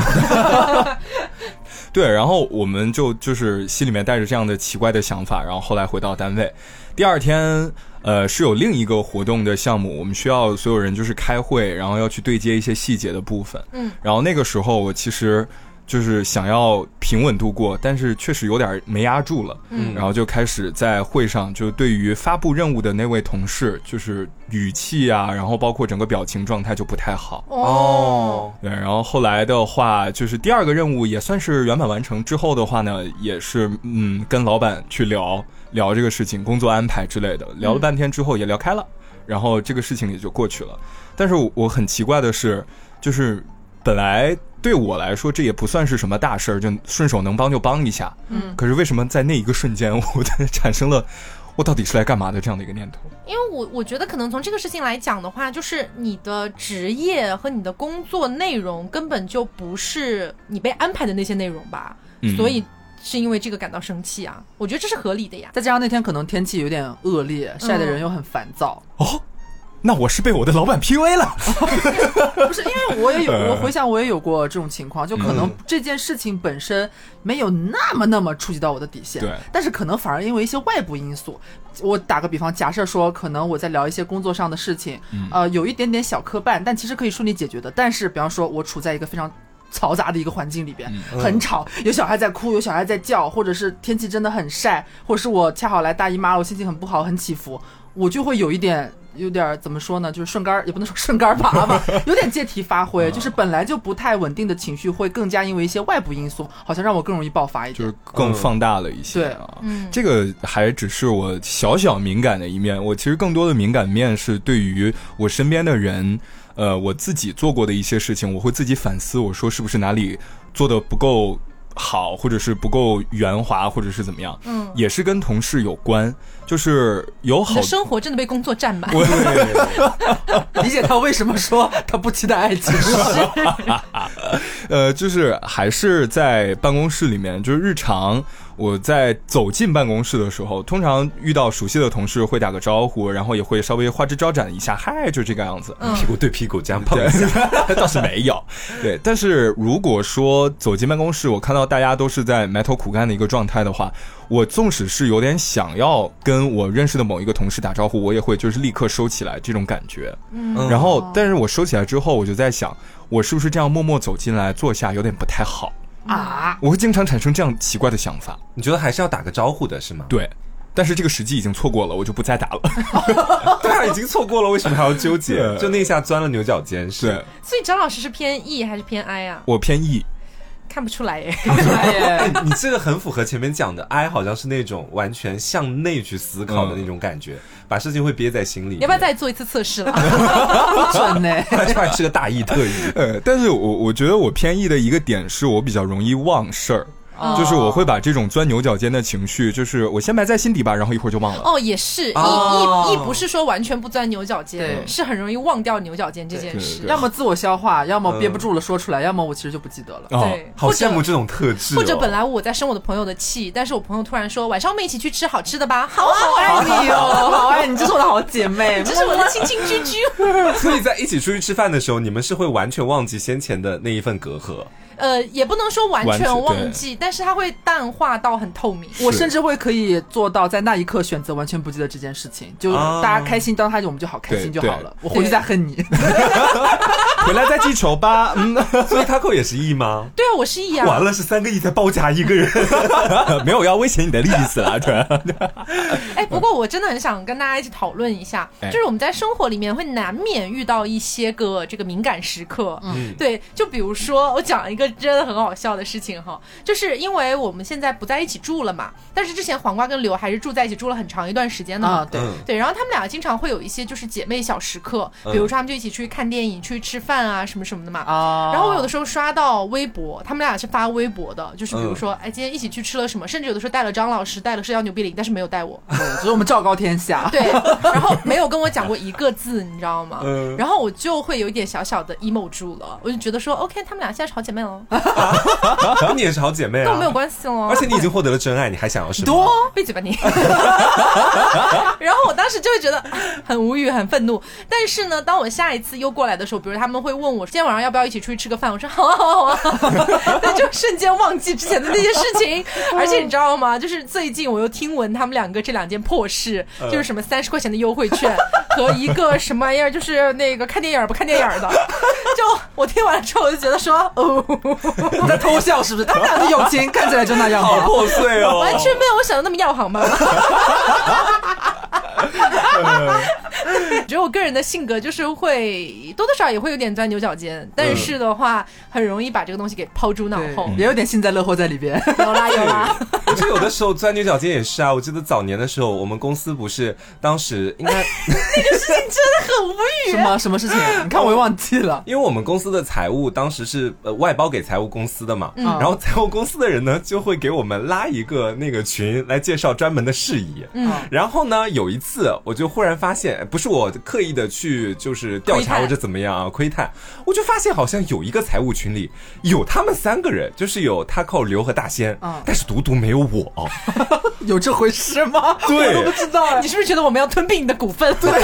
对，然后我们就是心里面带着这样的奇怪的想法，然后后来回到单位，第二天是有另一个活动的项目，我们需要所有人就是开会，然后要去对接一些细节的部分。然后那个时候我其实就是想要平稳度过，但是确实有点没压住了。然后就开始在会上就对于发布任务的那位同事，就是语气啊，然后包括整个表情状态就不太好。对，然后后来的话就是第二个任务也算是圆满完成之后的话呢，也是跟老板去聊这个事情，工作安排之类的，聊了半天之后也聊开了，然后这个事情也就过去了。但是我很奇怪的是，就是本来对我来说这也不算是什么大事儿，就顺手能帮就帮一下。可是为什么在那一个瞬间我产生了我到底是来干嘛的这样的一个念头？ 因为我觉得可能从这个事情来讲的话，就是你的职业和你的工作内容根本就不是你被安排的那些内容吧，所以是因为这个感到生气啊，我觉得这是合理的呀。 再加上那天可能天气有点恶劣，晒的人又很烦躁。 那我是被我的老板 PUA 了。 不是，因为我回想我也有过这种情况，就可能这件事情本身没有那么触及到我的底线， 对， 但是可能反而因为一些外部因素，我打个比方，假设说可能我在聊一些工作上的事情，有一点点小磕绊，但其实可以顺利解决的。但是比方说我处在一个非常嘈杂的一个环境里边，很吵，有小孩在哭，有小孩在叫，或者是天气真的很晒，或者是我恰好来大姨妈，我心情很不好，很起伏，我就会有点怎么说呢，就是顺杆，也不能说顺杆爬吧，有点借题发挥，就是本来就不太稳定的情绪会更加因为一些外部因素，好像让我更容易爆发一点， 就是更放大了一些啊。这个还只是我小敏感的一面，我其实更多的敏感面是对于我身边的人，我自己做过的一些事情，我会自己反思，我说是不是哪里做的不够好，或者是不够圆滑，或者是怎么样，也是跟同事有关，就是有好， 你的生活真的被工作占满。 理解他为什么说他不期待爱情了。就是还是在办公室里面，就是日常我在走进办公室的时候，通常遇到熟悉的同事会打个招呼，然后也会稍微花枝招展一下，嗨，就这个样子， 屁股对屁股这样碰一下， 倒是没有。对，但是如果说走进办公室，我看到大家都是在埋头苦干的一个状态的话，我纵使是有点想要跟我认识的某一个同事打招呼，我也会就是立刻收起来这种感觉。然后但是我收起来之后，我就在想，我是不是这样默默走进来坐下有点不太好啊？我会经常产生这样奇怪的想法。 你觉得还是要打个招呼的是吗？ 对，但是这个时机已经错过了，我就不再打了。 对啊，已经错过了，为什么还要纠结？就那下钻了牛角尖。是。 所以张老师是偏 E 还是偏 I 啊？ 我偏 E。 看不出来耶， 看不出来耶。 你这个很符合前面讲的 I 好像是那种完全向内去思考的那种感觉，把事情会憋在心里。 要不要再做一次测试了？ 不准呢， 还是个大 E 特 E。 但是我觉得我偏 E 的一个点是我比较容易忘事儿。就是我会把这种钻牛角尖的情绪，就是我先埋在心底吧，然后一会儿就忘了。 也是，E 不是说完全不钻牛角尖，是很容易忘掉牛角尖这件事。 要么自我消化，要么憋不住了说出来，要么我其实就不记得了。 对， 好羡慕这种特质。 或者本来我在生我的朋友的气，但是我朋友突然说晚上我们一起去吃好吃的吧，好爱你哦， 好爱你，这是我的好姐妹， 这是我的亲亲啾啾。 所以在一起出去吃饭的时候，你们是会完全忘记先前的那一份隔阂。 也不能说完全忘记，但是它会淡化到很透明。 我甚至会可以做到在那一刻选择完全不记得这件事情，就大家开心当他我们就好开心就好了，我回去再恨你。 回来再记仇吧。 所以 Taco 也是 E 吗？ 对啊，我是 E 啊。 完了，是3个亿在包夹一个人， 没有要威胁你的意思啦，突然。 哎，不过我真的很想跟大家一起讨论一下，就是我们在生活里面会难免遇到一些个这个敏感时刻。对，就比如说我讲一个真的很好笑的事情哈，就是因为我们现在不在一起住了嘛，但是之前黄瓜跟刘还是住在一起住了很长一段时间的嘛。对，然后他们俩经常会有一些就是姐妹小时刻，比如说他们就一起出去看电影、去吃饭啊什么什么的嘛。然后我有的时候刷到微博，他们俩是发微博的，就是比如说哎今天一起去吃了什么，甚至有的时候带了张老师，带了社交牛逼零，但是没有带我。 所以我们昭告天下。 对，然后没有跟我讲过一个字，你知道吗？然后我就会有一点小小的 emo 住了，我就觉得说 OK， 他们俩现在是好姐妹了。 你也是好姐妹啊， 跟我没有关系了。 而且你已经获得了真爱，你还想要什么？ 多闭嘴吧你。然后我当时就会觉得很无语很愤怒，但是呢当我下一次又过来的时候，比如他们会问我今天晚上要不要一起出去吃个饭，我说好啊好啊好啊。那就瞬间忘记之前的那些事情。而且你知道吗，就是最近我又听闻他们两个这2件破事，就是什么30块钱的优惠券和一个什么玩意儿，就是那个看电影不看电影的。就我听完了之后我就觉得说你在偷笑是不是？他们俩的友情看起来就那样， 好破碎哦， 完全没有我想的那么要好吗？觉得我个人的性格就是会多多少少也会有点钻牛角尖，但是的话很容易把这个东西给抛诸脑后， 也有点幸灾乐祸在里边。 有啦有啦。 我觉得有的时候钻牛角尖也是啊。我记得早年的时候，我们公司不是当时应该那个事情真的很无语。 什么事情？你看我也忘记了。 因为我们公司的财务当时是外包给财务公司的嘛，然后财务公司的人呢就会给我们拉一个那个群来介绍专门的事宜。然后呢有一次我就忽然发现，不是我刻意的去就是调查或者怎么样啊窥探，我就发现好像有一个财务群里有他们3个人，就是有Taco、刘和大仙，但是独独没有我。 有这回事吗？ 对， 我都不知道。 你是不是觉得我们要吞并你的股份？对，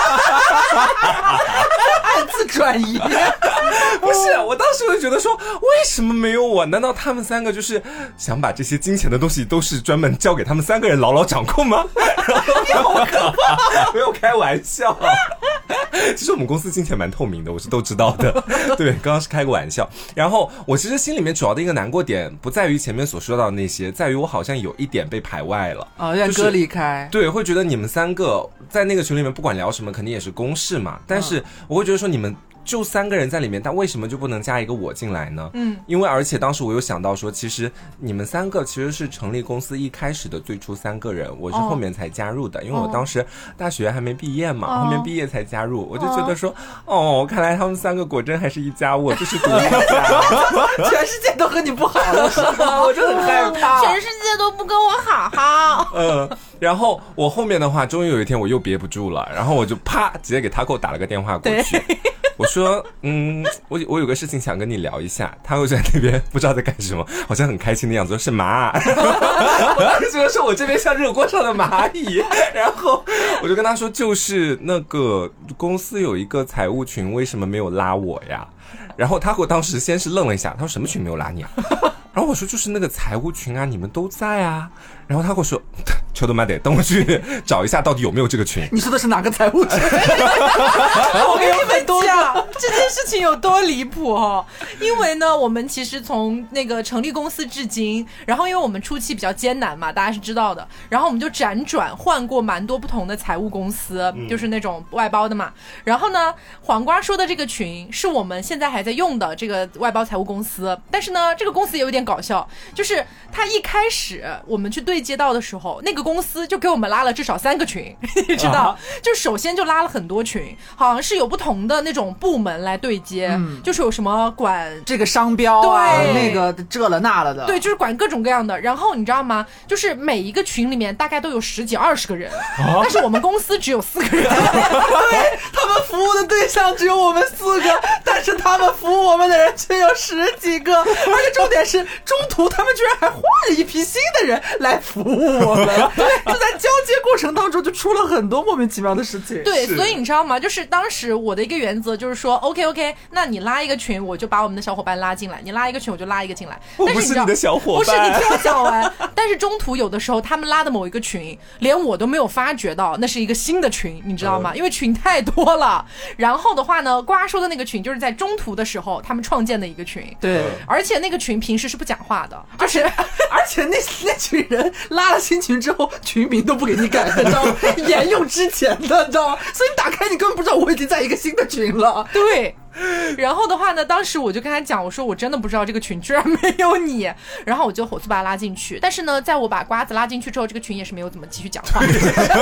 暗自转移。 不是，我当时就觉得说，为什么没有我？难道他们3个就是想把这些金钱的东西都是专门交给他们3个人牢牢掌控吗？你好可怕！没有开玩笑。其实我们公司金钱蛮透明的，我是都知道的。对，刚刚是开个玩笑。然后我其实心里面主要的一个难过点，不在于前面所说到的那些，在于我好像有一点被排外了有点割离开。 对，会觉得你们3个在那个群里面不管聊什么肯定也是公事嘛，但是我会觉得说你们就3个人在里面，但为什么就不能加一个我进来呢？因为而且当时我有想到说，其实你们3个其实是成立公司一开始的最初3个人，我是后面才加入的，因为我当时大学还没毕业嘛，后面毕业才加入，我就觉得说看来他们3个果真还是一家，我就是独一家。 全世界都和你不好了是吗？我真的很害怕， 全世界都不跟我好好。 然后我后面的话终于有一天我又憋不住了，然后我就啪直接给他给我打了个电话过去，我说我有个事情想跟你聊一下。他会在那边不知道在干什么，好像很开心的样子，说是嘛。我当时觉得说我这边像热锅上的蚂蚁，然后我就跟他说，就是那个公司有一个财务群，为什么没有拉我呀？然后他给我当时先是愣了一下，他说什么群没有拉你啊？然后我说就是那个财务群啊，你们都在啊。然后他跟我说求都妈得等我去找一下到底有没有这个群。 你说的是哪个财务群？ 我跟你们讲这件事情有多离谱因为呢我们其实从那个成立公司至今，然后因为我们初期比较艰难嘛，大家是知道的，然后我们就辗转换过蛮多不同的财务公司，就是那种外包的嘛。然后呢黄瓜说的这个群是我们现在还在用的这个外包财务公司，但是呢这个公司也有点搞笑，就是他一开始我们去对接到的时候，那个公司就给我们拉了至少3个群，你知道，就首先就拉了很多群，好像是有不同的那种部门来对接，就是有什么管这个商标啊，那个这了那了的， 对，就是管各种各样的。然后你知道吗？就是每一个群里面大概都有10几20个人，但是我们公司只有4个人。 对，他们服务的对象只有我们4个，但是他们服务我们的人却有10几个，而且重点是中途他们居然还换了一批新的人来服务我们。对，就在交接过程当中就出了很多莫名其妙的事情。 对，所以你知道吗？就是当时我的一个原则就是说 OK， 那你拉一个群我就把我们的小伙伴拉进来，你拉一个群我就拉一个进来。 我不是你的小伙伴， 不是，你听我讲完。但是中途有的时候他们拉的某一个群连我都没有发觉到那是一个新的群，你知道吗？因为群太多了。然后的话呢，瓜说的那个群就是在中途的时候他们创建的一个群， 对， 而且那个群平时是不讲话的，就是而且那群人拉了新群之后，群名都不给你改的，你知道吗？沿用之前的，你知道吗？所以你打开你根本不知道我已经在一个新的群了。 对。然后的话呢，当时我就跟他讲，我说我真的不知道这个群居然没有你，然后我就火速把他拉进去。但是呢，在我把瓜子拉进去之后，这个群也是没有怎么继续讲话， 就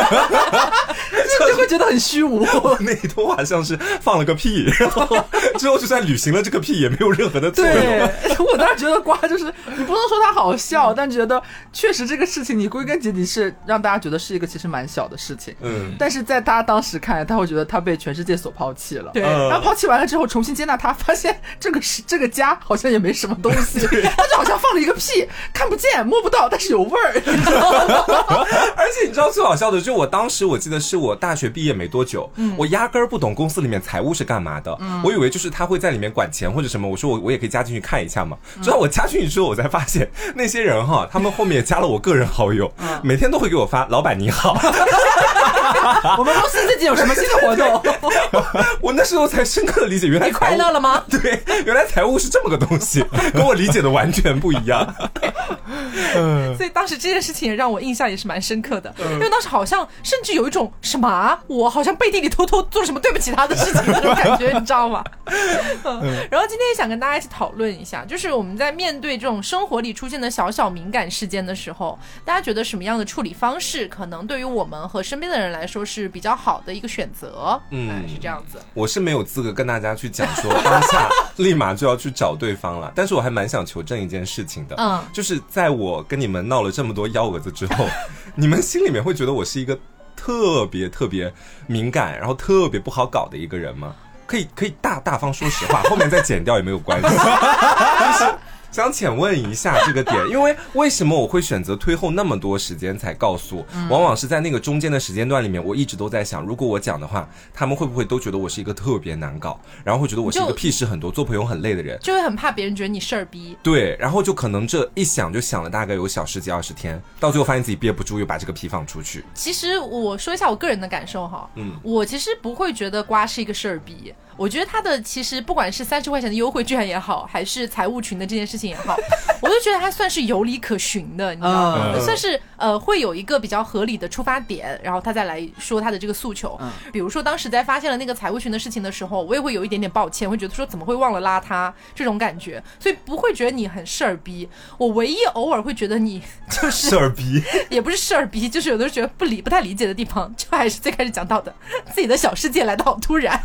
会觉得很虚无。 那一通话像是放了个屁，然后之后就算履行了这个屁，也没有任何的作用。 对，我当时觉得瓜就是你不能说他好笑，但觉得确实这个事情你归根结底是让大家觉得是一个其实蛮小的事情。但是在他当时看来，他会觉得他被全世界所抛弃了。 对， 然后抛弃完了之后重新接纳他，发现这个家好像也没什么东西，他就好像放了一个屁，看不见摸不到，但是有味儿，你知道吗？ 而且你知道最好笑的，就我当时我记得是我大学毕业没多久，我压根儿不懂公司里面财务是干嘛的，我以为就是他会在里面管钱或者什么，我说我也可以加进去看一下嘛。直到我加进去之后，我才发现那些人哈，他们后面也加了我个人好友，每天都会给我发老板你好。 我们公司最近有什么新的活动？ 我那时候才深刻的理解，原来你快乐了吗？ 对，原来财务是这么个东西，跟我理解的完全不一样。 所以当时这件事情也让我印象也是蛮深刻的，因为当时好像甚至有一种什么我好像背地里偷偷做了什么对不起他的事情的那种感觉，你知道吗？然后今天也想跟大家一起讨论一下，就是我们在面对这种生活里出现的小小敏感事件的时候，大家觉得什么样的处理方式可能对于我们和身边的人来说是比较好的一个选择？是这样子。 我是没有资格跟大家去讲说当下立马就要去找对方了，但是我还蛮想求证一件事情的，就是在我跟你们闹了这么多幺蛾子之后，你们心里面会觉得我是一个特别特别敏感，然后特别不好搞的一个人吗？可以大方说实话，后面再剪掉也没有关系。就是想浅问一下这个点，因为为什么我会选择推后那么多时间才告诉，往往是在那个中间的时间段里面，我一直都在想，如果我讲的话，他们会不会都觉得我是一个特别难搞，然后会觉得我是一个屁事很多做朋友很累的人， 就会很怕别人觉得你事儿逼。 对，然后就可能这一想就想了大概有小10几20天，到最后发现自己憋不住，又把这个屁放出去。 其实我说一下我个人的感受哈，我其实不会觉得瓜是一个事儿逼，我觉得他的其实不管是30块钱的优惠券也好，还是财务群的这件事情也好，我就觉得他算是有理可循的，你知道吗？算是会有一个比较合理的出发点，然后他再来说他的这个诉求。比如说当时在发现了那个财务群的事情的时候，我也会有一点点抱歉，会觉得说怎么会忘了拉他这种感觉，所以不会觉得你很事儿逼。我唯一偶尔会觉得你就是事儿逼， 也不是事儿逼，就是有的时候觉得不太理解的地方，就还是最开始讲到的自己的小世界来得好突然。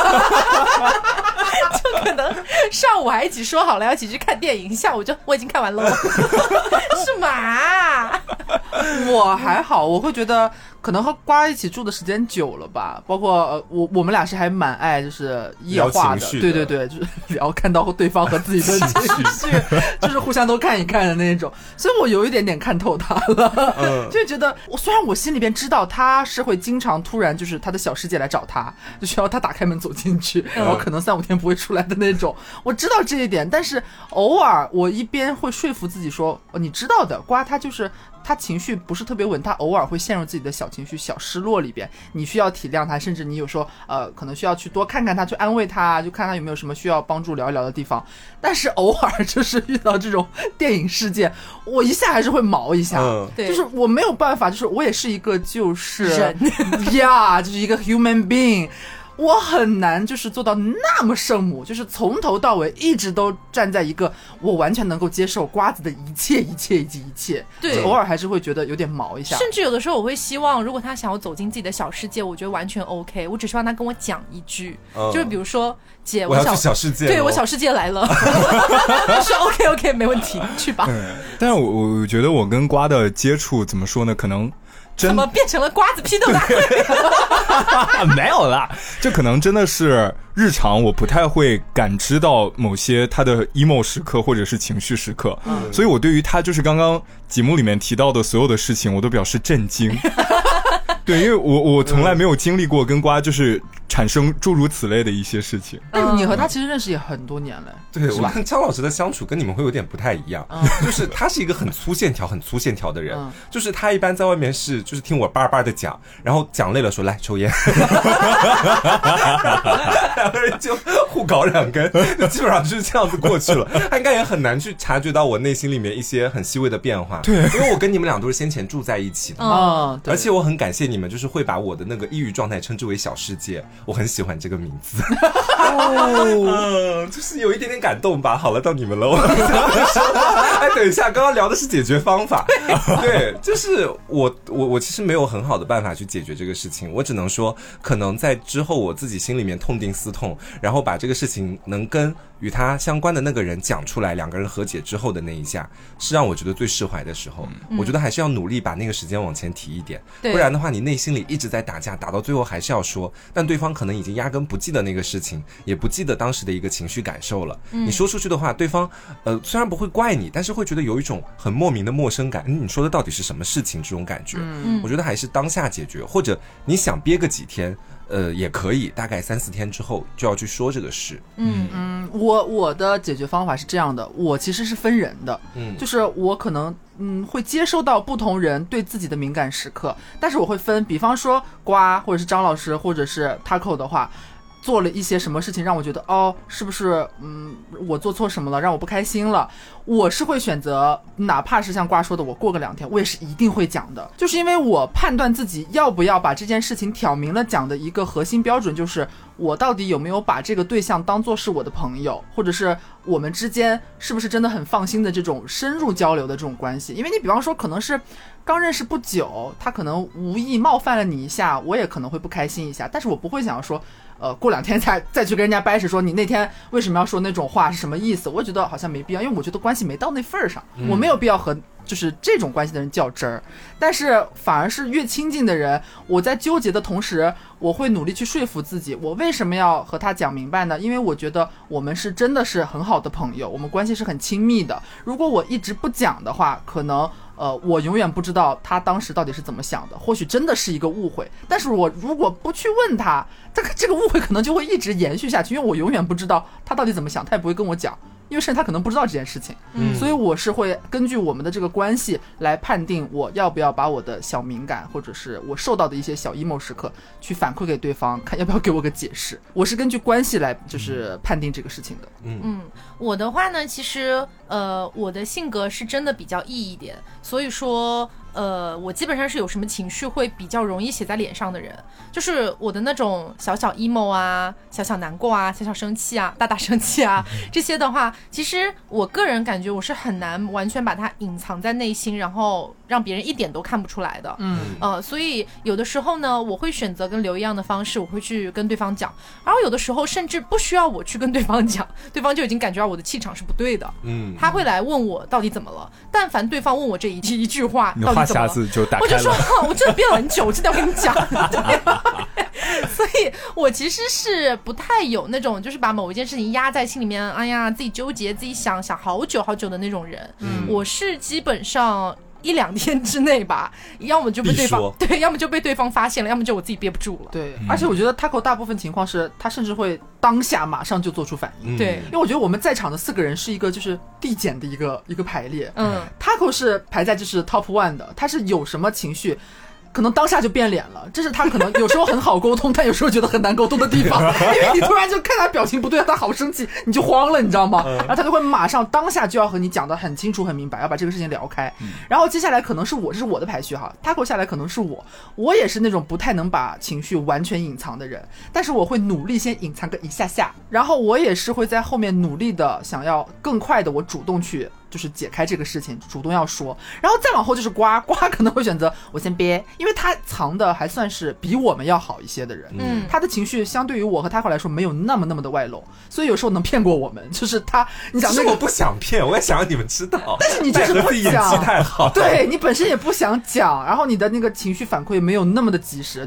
就可能上午还一起说好了要一起去看电影，下午就我已经看完了。是嘛？ 我还好，我会觉得可能和瓜一起住的时间久了吧，包括我们俩是还蛮爱就是夜话的，对对对，就是聊看到对方和自己的情绪，就是互相都看一看的那种，所以我有一点点看透他了，就觉得虽然我心里边知道他是会经常突然就是他的小世界来找他，就需要他打开门走进去，然后可能3-5天不会出来的那种，我知道这一点，但是偶尔我一边会说服自己说，你知道的，瓜他就是他情绪不是特别稳，他偶尔会陷入自己的小情绪、小失落里边，你需要体谅他，甚至你有时候可能需要去多看看他，去安慰他，就看他有没有什么需要帮助聊一聊的地方。但是偶尔就是遇到这种电影事件，我一下还是会毛一下，就是我没有办法，就是我也是一个就是人呀，就是一个 human being。我很难就是做到那么圣母，就是从头到尾一直都站在一个我完全能够接受瓜子的一切以及一切， 对， 偶尔还是会觉得有点毛一下， 甚至有的时候我会希望如果他想要走进自己的小世界，我觉得完全 OK， 我只希望他跟我讲一句，就是比如说姐我要去小世界， 对，我小世界来了。我说 OK 没问题，去吧。 但是我觉得我跟瓜的接触怎么说呢，可能怎么变成了瓜子批斗大会？ 没有啦，这可能真的是日常我不太会感知到某些他的 emo 时刻或者是情绪时刻，所以我对于他就是刚刚节目里面提到的所有的事情我都表示震惊。对，因为我从来没有经历过跟瓜就是产生诸如此类的一些事情。 但你和他其实认识也很多年了， 对，我跟张老师的相处跟你们会有点不太一样，就是他是一个很粗线条的人，就是他一般在外面是就是听我叭叭的讲，然后讲累了说来抽烟，两个人就互搞2根，基本上就是这样子过去了。他应该也很难去察觉到我内心里面一些很细微的变化，对，因为我跟你们俩都是先前住在一起的，而且我很感谢你们，就是会把我的那个抑郁状态称之为小世界，我很喜欢这个名字，就是有一点点感动吧。好了，到你们了，哎，等一下，刚刚聊的是解决方法，对，就是我其实没有很好的办法去解决这个事情，我只能说，可能在之后我自己心里面痛定思痛，然后把这个事情能跟与他相关的那个人讲出来，2个人和解之后的那一下，是让我觉得最释怀的时候。我觉得还是要努力把那个时间往前提一点，不然的话，你内心里一直在打架，打到最后还是要说，但对方可能已经压根不记得那个事情，也不记得当时的一个情绪感受了。你说出去的话，对方虽然不会怪你，但是会觉得有一种很莫名的陌生感。你说的到底是什么事情？这种感觉，我觉得还是当下解决，或者你想憋个几天。也可以，大概3-4天之后就要去说这个事。 我的解决方法是这样的，我其实是分人的，就是我可能会接收到不同人对自己的敏感时刻，但是我会分，比方说瓜或者是张老师或者是 Taco 的话，做了一些什么事情让我觉得是不是我做错什么了让我不开心了，我是会选择哪怕是像瓜说的我过个2天我也是一定会讲的，就是因为我判断自己要不要把这件事情挑明了讲的一个核心标准，就是我到底有没有把这个对象当作是我的朋友，或者是我们之间是不是真的很放心的这种深入交流的这种关系。因为你比方说可能是刚认识不久，他可能无意冒犯了你一下，我也可能会不开心一下，但是我不会想要说过2天再去跟人家掰扯说你那天为什么要说那种话是什么意思，我觉得好像没必要，因为我觉得关系没到那份儿上，我没有必要和就是这种关系的人较真儿。但是反而是越亲近的人，我在纠结的同时，我会努力去说服自己，我为什么要和他讲明白呢？因为我觉得我们是真的是很好的朋友，我们关系是很亲密的，如果我一直不讲的话，可能我永远不知道他当时到底是怎么想的，或许真的是一个误会，但是我如果不去问他，这个误会可能就会一直延续下去，因为我永远不知道他到底怎么想，他也不会跟我讲，因为甚至他可能不知道这件事情，所以我是会根据我们的这个关系来判定我要不要把我的小敏感或者是我受到的一些小 emo 时刻去反馈给对方，看要不要给我个解释，我是根据关系来就是判定这个事情的。 我的话呢，其实我的性格是真的比较 E 一点，所以说我基本上是有什么情绪会比较容易写在脸上的人，就是我的那种小小 emo 啊，小小难过啊，小小生气啊，大大生气啊，这些的话，其实我个人感觉我是很难完全把它隐藏在内心，然后让别人一点都看不出来的。所以有的时候呢，我会选择跟刘一样的方式，我会去跟对方讲，然后有的时候甚至不需要我去跟对方讲，对方就已经感觉到我的气场是不对的。他会来问我到底怎么了，但凡对方问我这一句话到底怎么了，我就说我真的憋了很久，我真的要跟你讲。所以我其实是不太有那种就是把某一件事情压在心里面，哎呀自己纠结自己想好久好久的那种人。我是基本上1-2天之内吧，要么就被对方对，要么就被对方发现了，要么就我自己憋不住了。 对，而且我觉得 Taco 大部分情况是他甚至会当下马上就做出反应。 对， 因为我觉得我们在场的4个人是一个就是递减的一个排列。Taco 是排在就是 top 1的，他是有什么情绪可能当下就变脸了，这是他可能有时候很好沟通但有时候觉得很难沟通的地方，因为你突然就看他表情不对，他好生气，你就慌了，你知道吗？然后他就会马上当下就要和你讲得很清楚很明白，要把这个事情聊开。然后接下来可能是这是我的排序哈，Taco 下来可能是我也是那种不太能把情绪完全隐藏的人，但是我会努力先隐藏个一下下，然后我也是会在后面努力的想要更快的我主动去就是解开这个事情，主动要说，然后再往后就是瓜可能会选择我先憋，因为他藏的还算是比我们要好一些的人，他的情绪相对于我和Taco来说没有那么的外露，所以有时候能骗过我们，就是他你想那个我不想骗，我也想让你们知道， 但是你就是不讲， 太好， 对你本身也不想讲，然后你的那个情绪反馈没有那么的及时，就是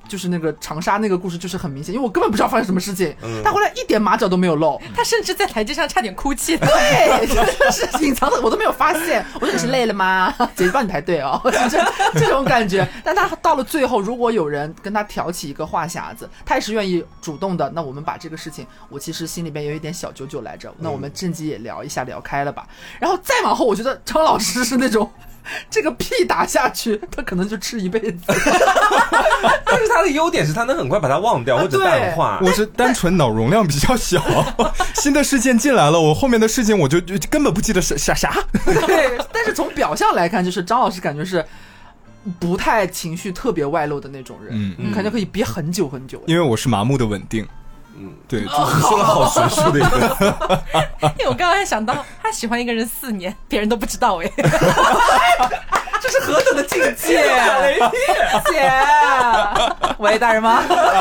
就是那个长沙那个故事就是很明显，因为我根本不知道发生什么事情，他回来一点马脚都没有露， 他甚至在台阶上差点哭泣。 对，就是隐藏的我都没有发现。我说你是累了吗？姐姐帮你排队哦，这种感觉。但他到了最后，如果有人跟他挑起一个话匣子，他也是愿意主动的。那我们把这个事情，我其实心里边有一点小九九来着，那我们趁机也聊一下，聊开了吧。然后再往后，我觉得张老师是那种。这个屁打下去，他可能就吃一辈子。但是他的优点是他能很快把它忘掉或者淡化。 我是单纯脑容量比较小，新的事件进来了，我后面的事情我就根本不记得啥。 对，但是从表象来看，就是张老师感觉是不太情绪特别外露的那种人，感觉可以憋很久很久。 因为我是麻木的稳定。对， 说了好学术的一个。 因为我刚刚还想到，他喜欢一个人4年，别人都不知道哎。 这是何等的境界！姐，喂，大人吗？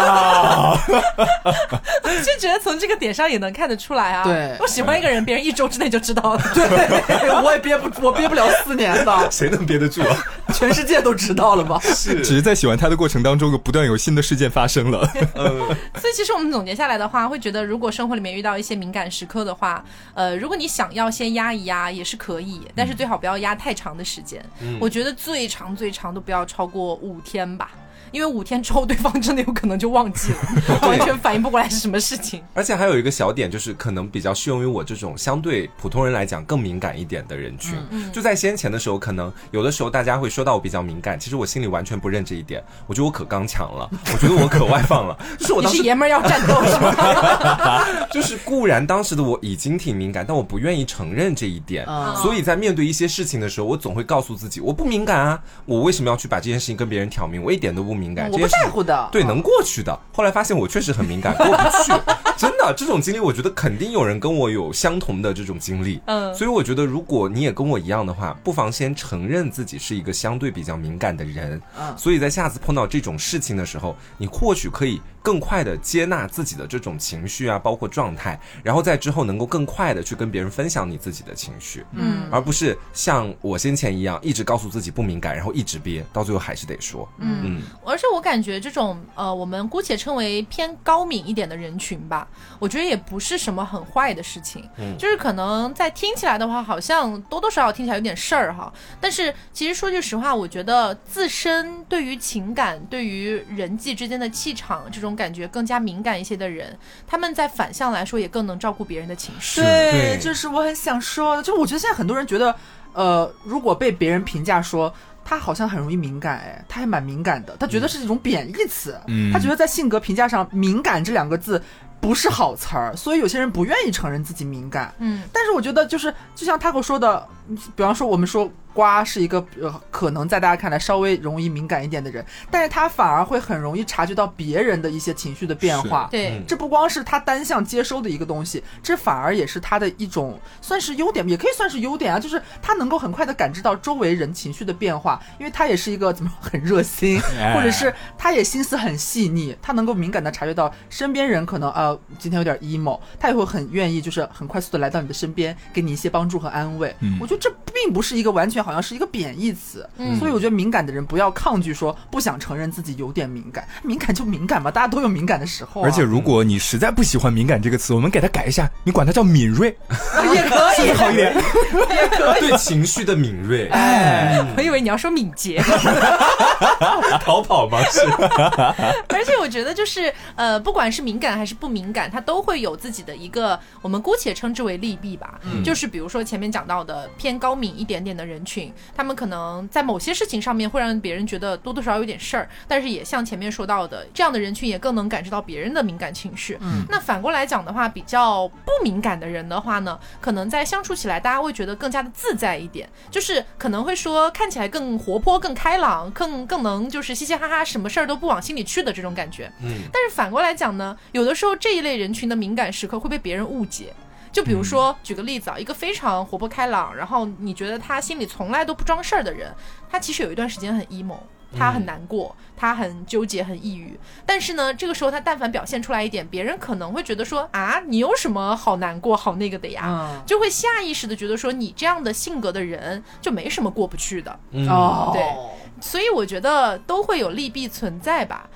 就觉得从这个点上也能看得出来啊。 对， 我喜欢一个人，别人1周之内就知道了。 对，我也憋不了4年的。 谁能憋得住啊？ 全世界都知道了吧？ 是， 只是在喜欢他的过程当中，不断有新的事件发生了。 所以其实我们总结下来的话，会觉得如果生活里面遇到一些敏感时刻的话，如果你想要先压一压也是可以，但是最好不要压太长的时间。我觉得最长都不要超过5天吧。因为5天之后对方真的有可能就忘记了，完全反应不过来是什么事情。 而且还有一个小点，就是可能比较适用于我这种相对普通人来讲更敏感一点的人群。就在先前的时候，可能有的时候大家会说到我比较敏感，其实我心里完全不认这一点。我觉得我可刚强了，我觉得我可外放了。就是我当时你是爷们儿要战斗是吗？ 就是固然当时的我已经挺敏感，但我不愿意承认这一点，所以在面对一些事情的时候，我总会告诉自己我不敏感啊，我为什么要去把这件事情跟别人挑明？我一点都不敏感， 我不在乎的， 对，能过去的。后来发现我确实很敏感，过不去。真的，这种经历我觉得肯定有人跟我有相同的这种经历。所以我觉得如果你也跟我一样的话，不妨先承认自己是一个相对比较敏感的人。所以在下次碰到这种事情的时候，你或许可以更快的接纳自己的这种情绪啊，包括状态，然后在之后能够更快的去跟别人分享你自己的情绪，而不是像我先前一样一直告诉自己不敏感，然后一直憋，到最后还是得说。 而且我感觉这种我们姑且称为偏高敏一点的人群吧，我觉得也不是什么很坏的事情，就是可能在听起来的话，好像多多少少听起来有点事儿哈。但是其实说句实话，我觉得自身对于情感、对于人际之间的气场这种感觉更加敏感一些的人，他们在反向来说也更能照顾别人的情绪。 对，这是我很想说的。就是我觉得现在很多人觉得，如果被别人评价说他好像很容易敏感，他还蛮敏感的，他觉得是一种贬义词，他觉得在性格评价上敏感这2个字不是好词儿，所以有些人不愿意承认自己敏感。但是我觉得就像他给我说的，比方说我们说瓜是一个可能在大家看来稍微容易敏感一点的人，但是他反而会很容易察觉到别人的一些情绪的变化。 对， 这不光是他单向接收的一个东西，这反而也是他的一种算是优点，也可以算是优点啊，就是他能够很快的感知到周围人情绪的变化，因为他也是一个怎么很热心，或者是他也心思很细腻，他能够敏感的察觉到身边人可能今天有点 emo， 他也会很愿意就是很快速的来到你的身边，给你一些帮助和安慰。我觉得这并不是一个完全好像是一个贬义词，所以我觉得敏感的人不要抗拒说不想承认自己有点敏感，敏感就敏感嘛，大家都有敏感的时候而且如果你实在不喜欢敏感这个词，我们给它改一下，你管它叫敏锐也可以， 好一点， 也可以， 对情绪的敏锐。 我以为你要说敏捷， 逃跑吗？是。 而且我觉得就是不管是敏感还是不敏感，它都会有自己的一个我们姑且称之为利弊吧。就是比如说前面讲到的偏高敏一点点的人群，他们可能在某些事情上面会让别人觉得多多少少有点事儿，但是也像前面说到的，这样的人群也更能感知到别人的敏感情绪。那反过来讲的话，比较不敏感的人的话呢，可能在相处起来大家会觉得更加的自在一点，就是可能会说看起来更活泼、更开朗、更能就是嘻嘻哈哈，什么事儿都不往心里去的这种感觉。但是反过来讲呢，有的时候这一类人群的敏感时刻会被别人误解。就比如说举个例子啊，一个非常活泼开朗，然后你觉得他心里从来都不装事儿的人，他其实有一段时间很 emo， 他很难过，他很纠结很抑郁，但是呢这个时候他但凡表现出来一点，别人可能会觉得说啊，你有什么好难过好那个的呀，就会下意识的觉得说你这样的性格的人就没什么过不去的。对，所以我觉得都会有利弊存在吧。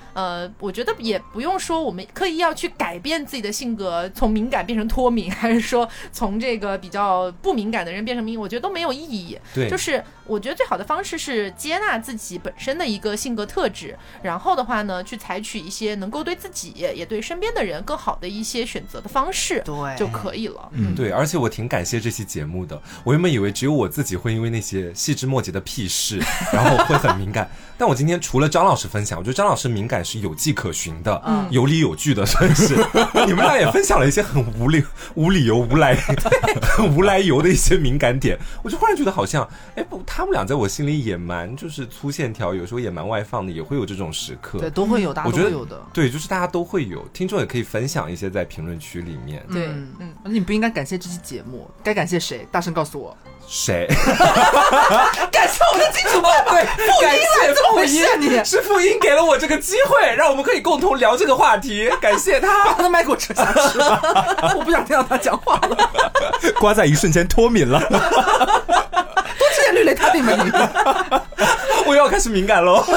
我觉得也不用说我们刻意要去改变自己的性格，从敏感变成脱敏，还是说从这个比较不敏感的人变成敏感，我觉得都没有意义。 对， 就是我觉得最好的方式是接纳自己本身的一个性格特质，然后的话呢，去采取一些能够对自己也对身边的人更好的一些选择的方式， 对就可以了。 对，而且我挺感谢这期节目的。我原本以为只有我自己会因为那些细枝末节的屁事，然后会很敏感。但我今天除了张老师分享，我觉得张老师敏感是有迹可循的，有理有据的，算是。你们俩也分享了一些很无理由、很无来由的一些敏感点，我就忽然觉得好像，不，他们俩在我心里也蛮就是粗线条，有时候也蛮外放的，也会有这种时刻。 对，都会有，大家都会有的。 对，就是大家都会有，听众也可以分享一些在评论区里面。 对， 你不应该感谢这期节目，该感谢谁？大声告诉我。 谁？ 感谢我的金主爸爸， 感谢怎么回事啊你？ 是傅英给了我这个机会，让我们可以共同聊这个话题，感谢他。 把他的麦给我扯下去，我不想听到他讲话了。 瓜在一瞬间脱敏了， 多吃点氯雷他定吧你。 我又要开始敏感喽。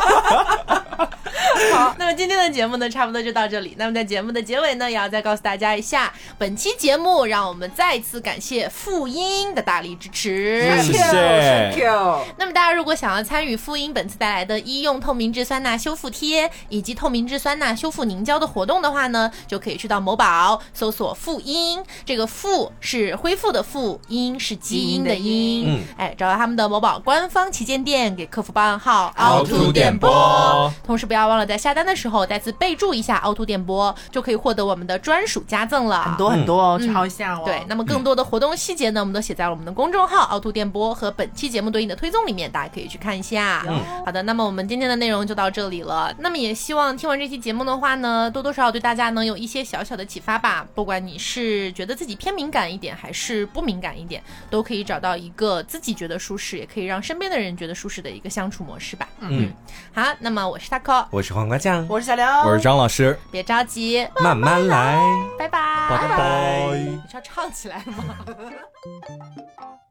好，那么今天的节目呢，差不多就到这里。那么在节目的结尾呢，也要再告诉大家一下，本期节目让我们再次感谢傅英的大力支持， 谢谢。 那么大家如果想要参与傅英本次带来的医用透明质酸钠修复贴以及透明质酸钠修复凝胶的活动的话呢，就可以去到某宝搜索傅英，这个傅是恢复的傅，英是基因的因，找到他们的某宝官方旗舰店，给客服报暗号凹凸电波，同时不要忘了在下单的时候再次备注一下凹凸电波，就可以获得我们的专属加赠了， 很多很多哦，去薅一下哦。 对，那么更多的活动细节呢，我们都写在了我们的公众号凹凸电波和本期节目对应的推送里面，大家可以去看一下。好的，那么我们今天的内容就到这里了。那么也希望听完这期节目的话呢，多多少少对大家能有一些小小的启发吧。不管你是觉得自己偏敏感一点，还是不敏感一点，都可以找到一个自己觉得舒适，也可以让身边的人觉得舒适的一个相处模式吧。好，那么我是 Taco， 我是黄瓜酱， 我是小刘， 我是张老师， 别着急， 慢慢来， 拜拜， 拜拜。 你是要唱起来吗？